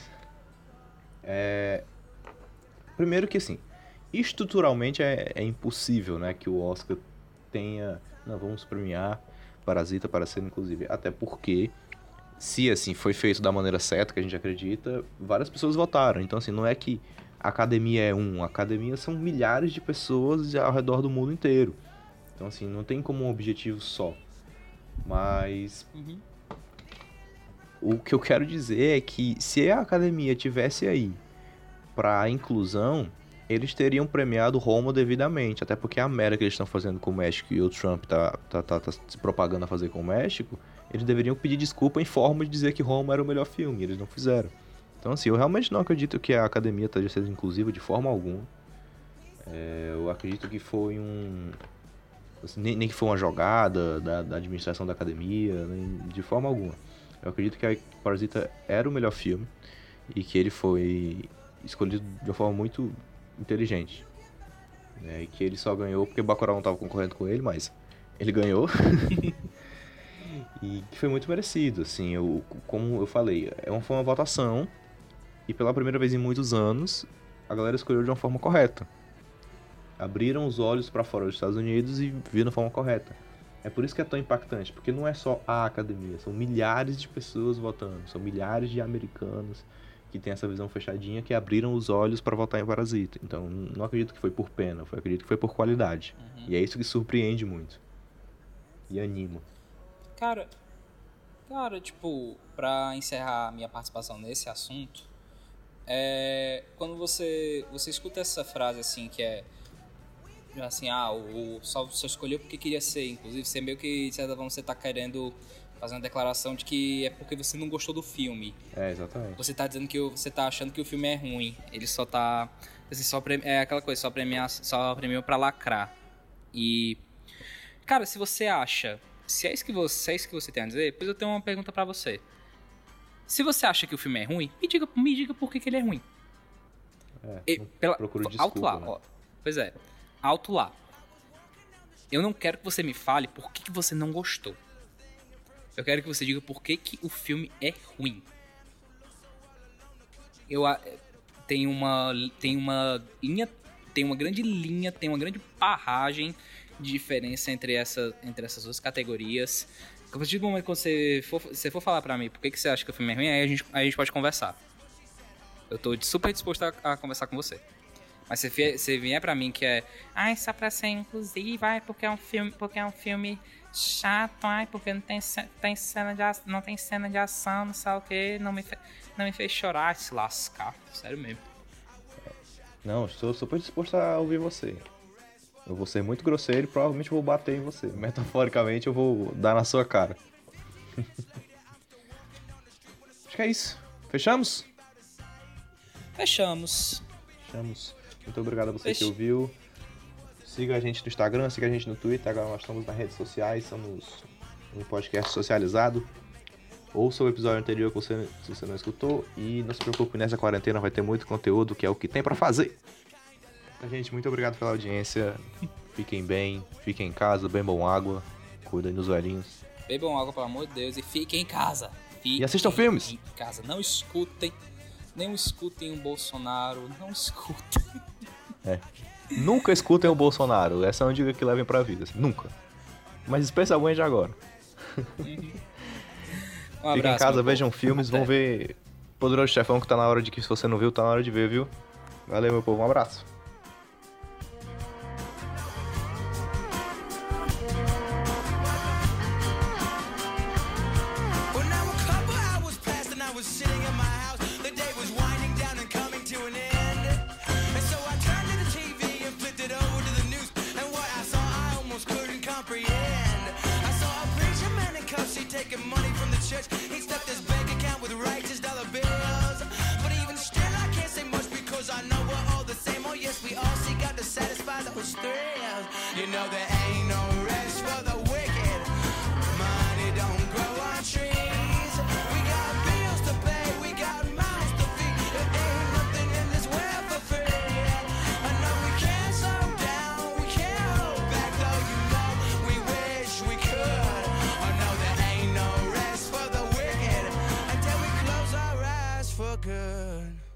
é... primeiro que assim, estruturalmente é, é impossível, né, que o Oscar tenha, não, vamos premiar Parasita para ser inclusive, até porque, se assim foi feito da maneira certa, que a gente acredita, várias pessoas votaram, então assim, não é que a academia é um, a academia são milhares de pessoas ao redor do mundo inteiro, então assim, não tem como um objetivo só, mas... Uhum. O que eu quero dizer é que se a academia tivesse aí para inclusão, eles teriam premiado Roma devidamente, até porque a merda que eles estão fazendo com o México e o Trump tá, tá, tá, tá se propagando a fazer com o México, eles deveriam pedir desculpa em forma de dizer que Roma era o melhor filme, eles não fizeram. Então assim, eu realmente não acredito que a academia esteja sendo inclusiva de forma alguma. É, eu acredito que foi um... Assim, nem, nem que foi uma jogada da, da administração da academia, nem, de forma alguma. Eu acredito que a Parasita era o melhor filme e que ele foi escolhido de uma forma muito inteligente. Né? E que ele só ganhou porque Bacurau não estava concorrendo com ele, mas ele ganhou. E que foi muito merecido, assim, eu, como eu falei, é uma, foi uma votação e pela primeira vez em muitos anos a galera escolheu de uma forma correta. Abriram os olhos para fora dos Estados Unidos e viram da forma correta. É por isso que é tão impactante, porque não é só a academia, são milhares de pessoas votando, são milhares de americanos que têm essa visão fechadinha, que abriram os olhos para votar em Parasita. Então, não acredito que foi por pena, eu acredito que foi por qualidade. Uhum. E é isso que surpreende muito. E anima. Cara, cara, tipo, pra encerrar minha participação nesse assunto, é, quando você, você escuta essa frase assim, que é assim, ah, o, o só, só escolheu porque queria ser, inclusive você meio que, de certa forma, você tá querendo fazer uma declaração de que é porque você não gostou do filme. É, exatamente. Você tá dizendo que você tá achando que o filme é ruim, ele só tá, assim, só pre, é aquela coisa, só premiar, só premiou pra lacrar. E, cara, se você acha, se é isso que você, se é isso que você tem a dizer, depois eu tenho uma pergunta pra você. Se você acha que o filme é ruim, me diga, me diga por que, que ele é ruim. É, e, pela, procuro desculpa, alto lá, né? ó, pois é. Alto lá. Eu não quero que você me fale por que, que você não gostou. Eu quero que você diga por que, que o filme é ruim. Eu tem uma tem uma linha, tem uma grande linha, tem uma grande barragem de diferença entre essa entre essas duas categorias. A partir do momento que você for, você for falar pra mim por que, que você acha que o filme é ruim, aí a gente, aí a gente pode conversar. Eu tô super disposto a, a conversar com você. Mas se vier, se vier pra mim que é... Ai, só pra ser inclusiva, ai, porque é um filme, porque é um filme chato, ai, porque não tem, tem cena de ação, não tem cena de ação, não sei o que, não me, fe, não me fez chorar, se lascar, sério mesmo. Não, estou super disposto a ouvir você. Eu vou ser muito grosseiro e provavelmente vou bater em você. Metaforicamente eu vou dar na sua cara. Acho que é isso. Fechamos? Fechamos. Fechamos. Muito obrigado a você Fecha. que ouviu. Siga a gente no Instagram, siga a gente no Twitter. Agora nós estamos nas redes sociais, somos um podcast socializado. Ouça o episódio anterior que você, se você não escutou. E não se preocupe, nessa quarentena vai ter muito conteúdo, que é o que tem pra fazer. Gente, muito obrigado pela audiência. Fiquem bem, fiquem em casa, bebam água, cuidem dos velhinhos. Bebam água, pelo amor de Deus, e fiquem em casa. Fiquem e assistam filmes. Em casa, não escutem. Não escutem o Bolsonaro, não escutem. É. Nunca escutem o Bolsonaro, essa é uma dica que levem pra vida, assim, nunca. Mas especialmente agora. Uhum. Um Fiquem em casa, vejam povo. filmes, Até. vão ver Poderoso Chefão, que tá na hora de que, se você não viu, tá na hora de ver, viu? Valeu, meu povo, um abraço. You know there ain't no rest for the wicked. Money don't grow on trees. We got bills to pay, we got mouths to feed. There ain't nothing in this world for free. I know we can't slow down, we can't hold back, though you know we wish we could. I know there ain't no rest for the wicked until we close our eyes for good.